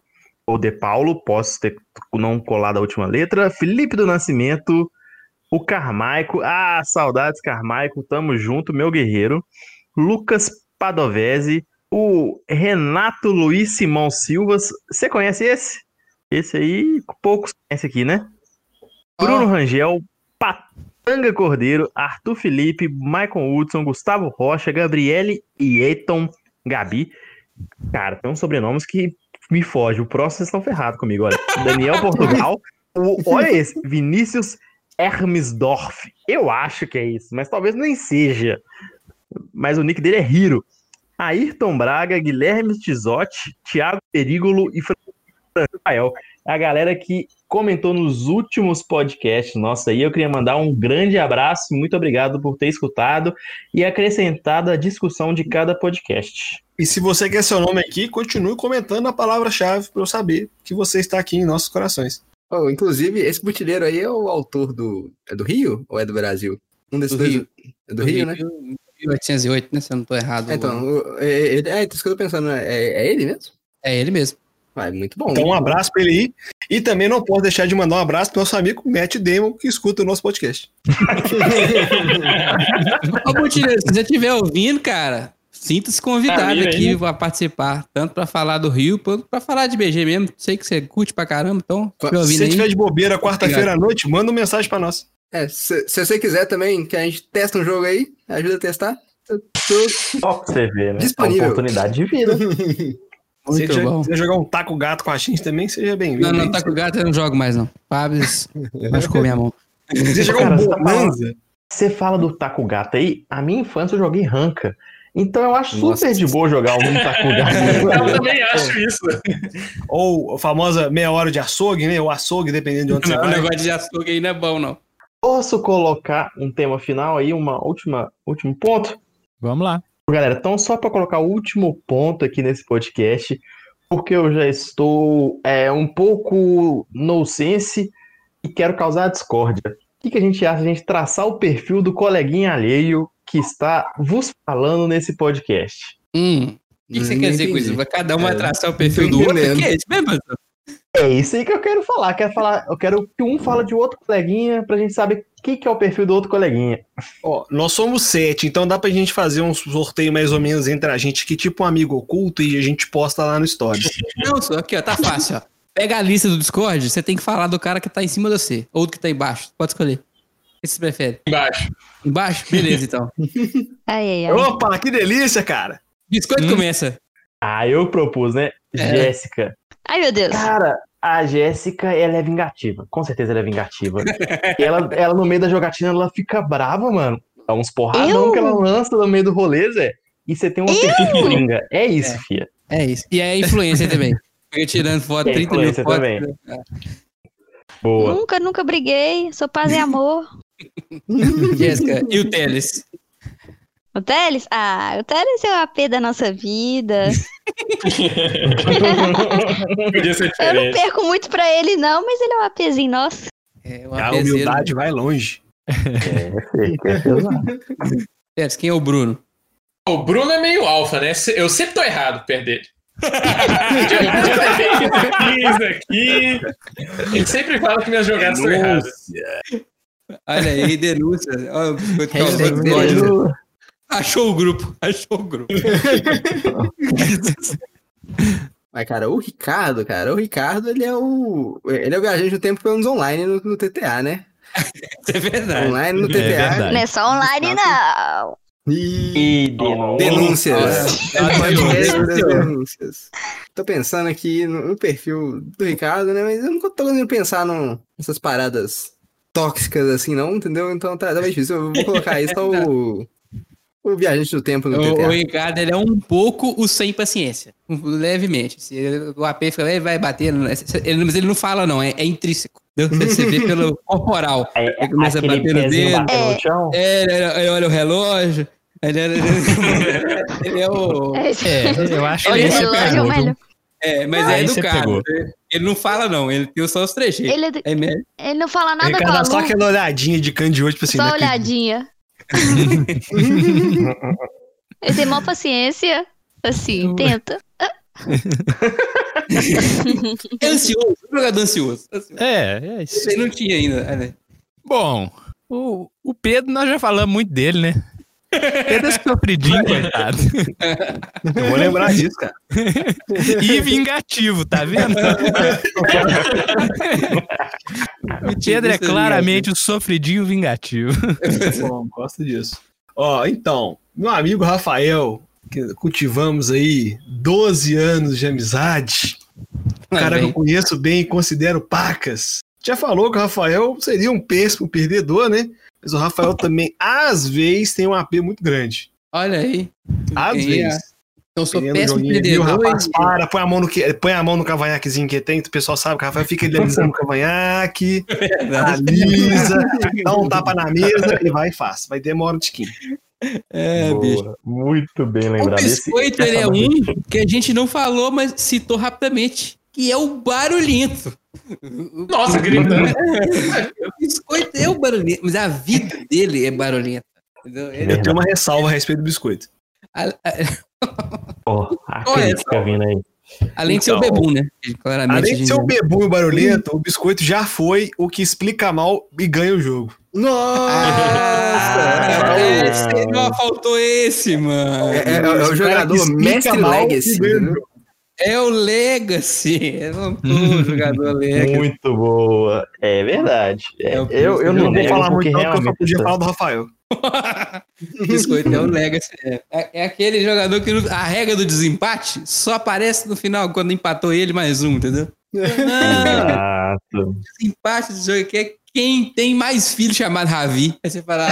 posso ter não colado a última letra, Felipe do Nascimento, o Carmaico, saudades Carmaico, tamo junto, meu guerreiro. Lucas Padovese, o Renato Luiz Simão Silva, você conhece esse? Esse aí, poucos conhecem aqui, né? Bruno Rangel, Patanga Cordeiro, Arthur Felipe, Maicon Hudson, Gustavo Rocha, Gabriele e Eiton Gabi. Cara, tem uns sobrenomes que me fogem, o próximo vocês estão ferrados comigo, olha. Daniel Portugal, olha esse, Vinícius Hermesdorf, eu acho que é isso, mas talvez nem seja. Mas o nick dele é Hiro. Ayrton Braga, Guilherme Tizotti, Thiago Perigolo e Rafael. A galera que comentou nos últimos podcasts. Nossa, aí eu queria mandar um grande abraço. Muito obrigado por ter escutado e acrescentado a discussão de cada podcast. E se você quer seu nome aqui, continue comentando a palavra-chave para eu saber que você está aqui em nossos corações. Oh, inclusive, esse Butilheiro aí é o autor do... É do Rio ou é do Brasil? Um desses dois. Rio. É do Rio, né? 1808, né? Se eu não tô errado. Então, isso que eu tô pensando. É ele mesmo? É ele mesmo. Muito bom. Então, um abraço pra ele aí. E também não posso deixar de mandar um abraço pro nosso amigo Matt Damon, que escuta o nosso podcast. Ô, Butilheiro, se você estiver ouvindo, cara, sinta-se convidado aqui pra participar. Tanto pra falar do Rio, quanto pra falar de BG mesmo. Sei que você curte pra caramba, então... Se você tiver de bobeira quarta-feira à noite, manda uma mensagem pra nós. Se você quiser também, que a gente testa um jogo aí, ajuda a testar. Só pra você ver, né? Disponível. É oportunidade de vida. Muito bom. Se você jogar um taco gato com a gente também, seja bem-vindo. Não, taco gato eu não jogo mais, não. Fábio machucou minha mão. Você jogar um bonanza. Você fala do taco gato aí, a minha infância eu joguei ranca. Então eu acho super de boa jogar um taco gato. Eu também acho isso. Ou a famosa meia hora de açougue, né? Ou açougue, dependendo de onde você vai. O negócio de açougue aí não é bom, não. Posso colocar um tema final aí, último ponto? Vamos lá. Galera, então só para colocar o último ponto aqui nesse podcast, porque eu já estou um pouco nonsense e quero causar discórdia. O que a gente acha de a gente traçar o perfil do coleguinha alheio que está vos falando nesse podcast? O que você quer dizer com isso? Cada um vai traçar o perfil do outro? Que é isso mesmo? É isso aí que eu quero falar. Eu quero que um fala de outro coleguinha pra gente saber o que é o perfil do outro coleguinha. Ó, nós somos 7, então dá pra gente fazer um sorteio mais ou menos entre a gente, que tipo um amigo oculto, e a gente posta lá no Stories. Não, só aqui, ó, tá fácil, ó. Pega a lista do Discord, você tem que falar do cara que tá em cima de você, ou do que tá embaixo. Pode escolher. O que você prefere? Embaixo. Embaixo? Beleza, então. Ai. Opa, que delícia, cara! Biscoito começa. Eu propus, né? Jéssica. Ai, meu Deus. Cara, a Jéssica, ela é vingativa. Com certeza ela é vingativa. E ela no meio da jogatina, ela fica brava, mano. Dá uns porradão que ela lança no meio do rolê, Zé. E você tem uma perfil de coringa. É isso, fia. É isso. E é influência também. Fica tirando foto, 30 mil fotos. Também. Boa. Nunca briguei. Sou paz e amor. Jéssica, e o Teles? O Teles? O Teles é o AP da nossa vida. Podia ser Eu não diferente. perco muito pra ele, não, mas ele é um APzinho nosso. A humildade vai longe. Teles, quem é o Bruno? O Bruno é meio alfa, né? Eu sempre tô errado perto dele. Eu podia ter feito isso aqui. Ele sempre fala que minhas jogadas estão erradas. Olha aí, denúncia. Olha o biscoito causando Hashtag ódio. Achou o grupo. Mas, cara, o Ricardo, ele é o viajante do tempo pelos online no TTA, né? É verdade. Online no TTA. verdade. Não é só online, não. Denúncias. Denúncias. Denúncias. Tô pensando aqui no perfil do Ricardo, né? Mas eu não tô conseguindo pensar nessas paradas tóxicas assim, não, entendeu? Então tá mais difícil. Eu vou colocar aí só o viajante do tempo no TTA. O Ricardo, ele é um pouco o sem paciência. Levemente. Se o AP fica, ele vai bater. Mas ele não fala, não. É intrínseco. Você vê pelo corporal. Ele começa a bater no dedo. No chão. Ele olha o relógio. Ele é o... eu acho Olha, que o esse relógio é o pegou. melhor. Mas é Aí você educado. pegou. Ele não fala, não. Ele tem só os trejeitos. Ele não fala O nada com Ricardo a dá só Lu, aquela olhadinha de canto de hoje, tipo assim, só né? olhadinha. Ele tem maior paciência. Assim, tenta. É ansioso. Jogador ansioso. É isso. Você não tinha ainda. Bom, o Pedro, nós já falamos muito dele, né? Pedro é sofridinho, coitado. Eu vou lembrar disso, cara. E vingativo, tá vendo? O Pedro é claramente o sofridinho vingativo. Bom, gosto disso. Então, meu amigo Rafael, que cultivamos aí 12 anos de amizade, um cara que eu conheço bem e considero pacas, já falou que o Rafael seria um péssimo perdedor, né? Mas o Rafael também, às vezes, tem um AP muito grande. Olha aí. Às vezes. Então eu sou Querendo péssimo joguinho ali, perdedor. o rapaz põe a mão no cavanhaquezinho que tem, o pessoal sabe que o Rafael fica idealizando o cavanhaque, analisa, dá um tapa na mesa e vai e faz. Vai demorar um tiquinho. Bicho. Muito bem O lembrado. biscoito ele é um que a gente não falou, mas citou rapidamente, que é o barulhento. Nossa, gritando. O biscoito é o barulhento, mas a vida dele é barulhenta. Entendeu? Eu tenho uma ressalva a respeito do biscoito. A crítica vindo aí. Além de ser o bebum, né? Claramente, além de ser o bebum e o barulhento, o biscoito já foi o que explica mal e ganha o jogo. Não faltou esse, mano. É o jogador Mestre Legacy. É o Legacy. Eu não tô o jogador Legacy. Muito boa. É verdade. Eu não vou nego falar muito, porque não, porque eu só realmente podia falar do Rafael. Biscoito é o Legacy. É aquele jogador que a regra do desempate só aparece no final, quando empatou ele mais um, entendeu? Exato. Desempate desse jogo aqui é quem tem mais filho chamado Ravi. Aí você fala...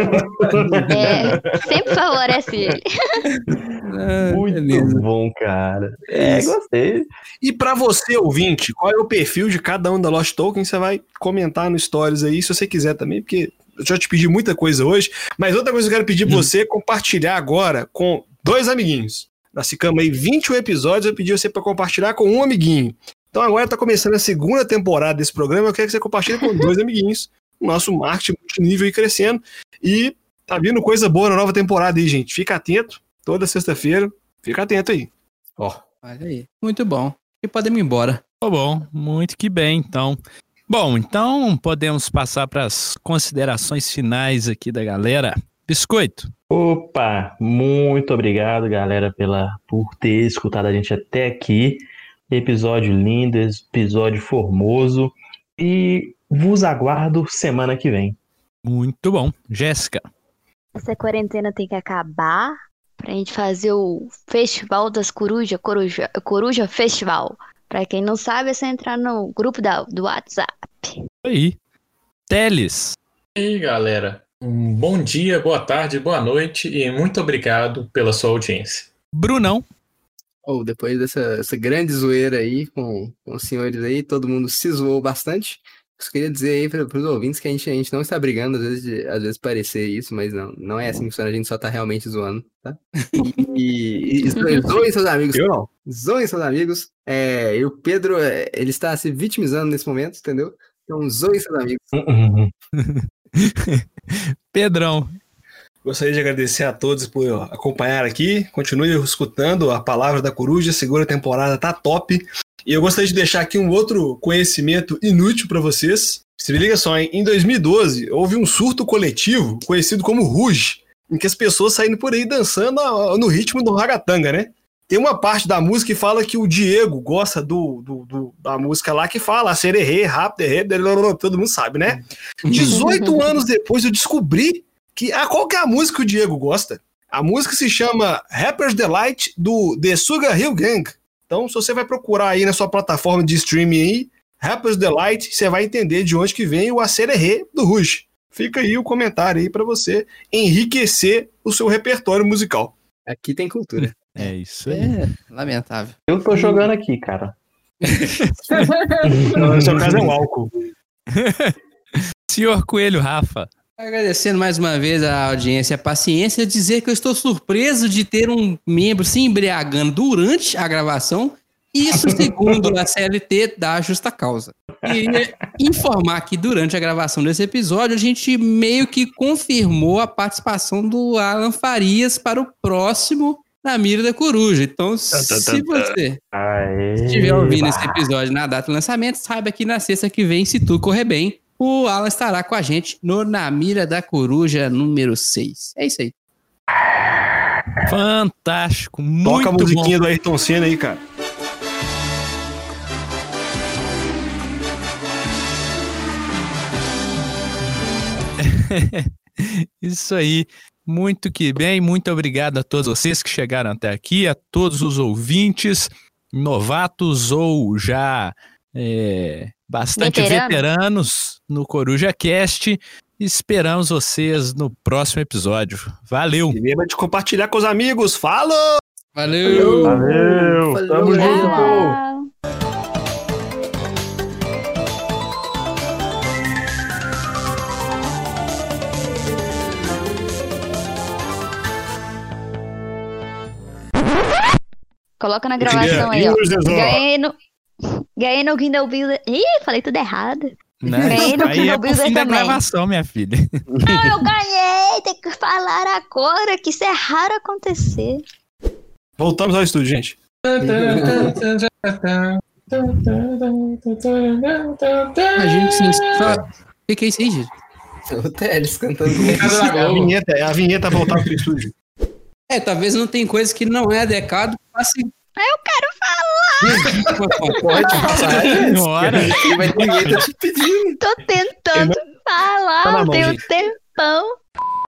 sempre favorece ele. Muito bom, cara. Gostei. E pra você, ouvinte, qual é o perfil de cada um da Lost Token? Você vai comentar no Stories aí, se você quiser também, porque eu já te pedi muita coisa hoje, mas outra coisa que eu quero pedir pra você é compartilhar agora com 2 amiguinhos. Nós ficamos aí 21 episódios, eu pedi você pra compartilhar com um amiguinho. Então agora tá começando a 2ª temporada desse programa, eu quero que você compartilhe com 2 amiguinhos, o nosso marketing multinível aí crescendo, e tá vindo coisa boa na nova temporada aí, gente. Fica atento, toda sexta-feira, fica atento aí. Olha aí, muito bom. E podemos ir embora. Tá bom, muito que bem, então. Bom, então podemos passar para as considerações finais aqui da galera. Biscoito. Opa, muito obrigado, galera, por ter escutado a gente até aqui. Episódio lindo, episódio formoso. E vos aguardo semana que vem. Muito bom. Jéssica. Essa quarentena tem que acabar pra gente fazer o Festival das Coruja Festival. Pra quem não sabe, é só entrar no grupo do WhatsApp. Aí. Teles. E aí, galera. Um bom dia, boa tarde, boa noite e muito obrigado pela sua audiência. Brunão. Depois dessa grande zoeira aí com os senhores aí, todo mundo se zoou bastante. Só queria dizer aí pros ouvintes que a gente não está brigando, às vezes parecer isso, mas não é assim que funciona, a gente só tá realmente zoando, tá? E zoem seus amigos. Eu não. Zoem seus amigos. E o Pedro, ele está se vitimizando nesse momento, entendeu? Então zoem seus amigos. Pedrão. Gostaria de agradecer a todos por acompanhar aqui. Continue escutando a Palavra da Coruja. A segunda temporada tá top. E eu gostaria de deixar aqui um outro conhecimento inútil para vocês. Se liga só, hein? Em 2012, houve um surto coletivo conhecido como Rouge, em que as pessoas saíram por aí dançando no ritmo do ragatanga, né? Tem uma parte da música que fala que o Diego gosta da música lá que fala sererê, rápido, todo mundo sabe, né? 18 anos depois eu descobri qual que é a música que o Diego gosta. A música se chama Rapper's Delight, do The Sugar Hill Gang. Então, se você vai procurar aí na sua plataforma de streaming aí, Rapper's Delight, você vai entender de onde que vem o acererê do Rouge. Fica aí o comentário aí pra você enriquecer o seu repertório musical. Aqui tem cultura. É isso aí. Lamentável. Eu tô jogando aqui, cara. Não, no seu caso é o álcool. Senhor Coelho Rafa. Agradecendo mais uma vez a audiência e a paciência, dizer que eu estou surpreso de ter um membro se embriagando durante a gravação, isso segundo a CLT da Justa Causa. E informar que durante a gravação desse episódio a gente meio que confirmou a participação do Alan Farias para o próximo Na Mira da Coruja. Então, se você estiver ouvindo esse episódio na data do lançamento, saiba que na sexta que vem, se tudo correr bem, o Alan estará com a gente no Na Mira da Coruja número 6. É isso aí. Fantástico, muito bom. Toca a musiquinha do Ayrton Senna aí, cara. Isso aí. Muito que bem, muito obrigado a todos vocês que chegaram até aqui, a todos os ouvintes, novatos ou já bastante veteranos no Coruja Cast. Esperamos vocês no próximo episódio. Valeu! E lembra de compartilhar com os amigos. Falou! Valeu! Valeu! Tamo junto! Coloca na gravação aí, ó. Ganhei no Kindle Builder. Ih, falei tudo errado. Ganhei no Kindle Builder também. Gravação, minha filha. Não, eu ganhei. Tem que falar agora, que isso é raro acontecer. Voltamos ao estúdio, gente. A gente sim. O que é isso aí, gente? O Teles cantando. A vinheta voltar pro estúdio. Talvez não tem coisa que não é adequado. Eu quero falar! Pode falar. Vai ter ninguém tá te pedindo. Tô tentando falar, tem um tempão.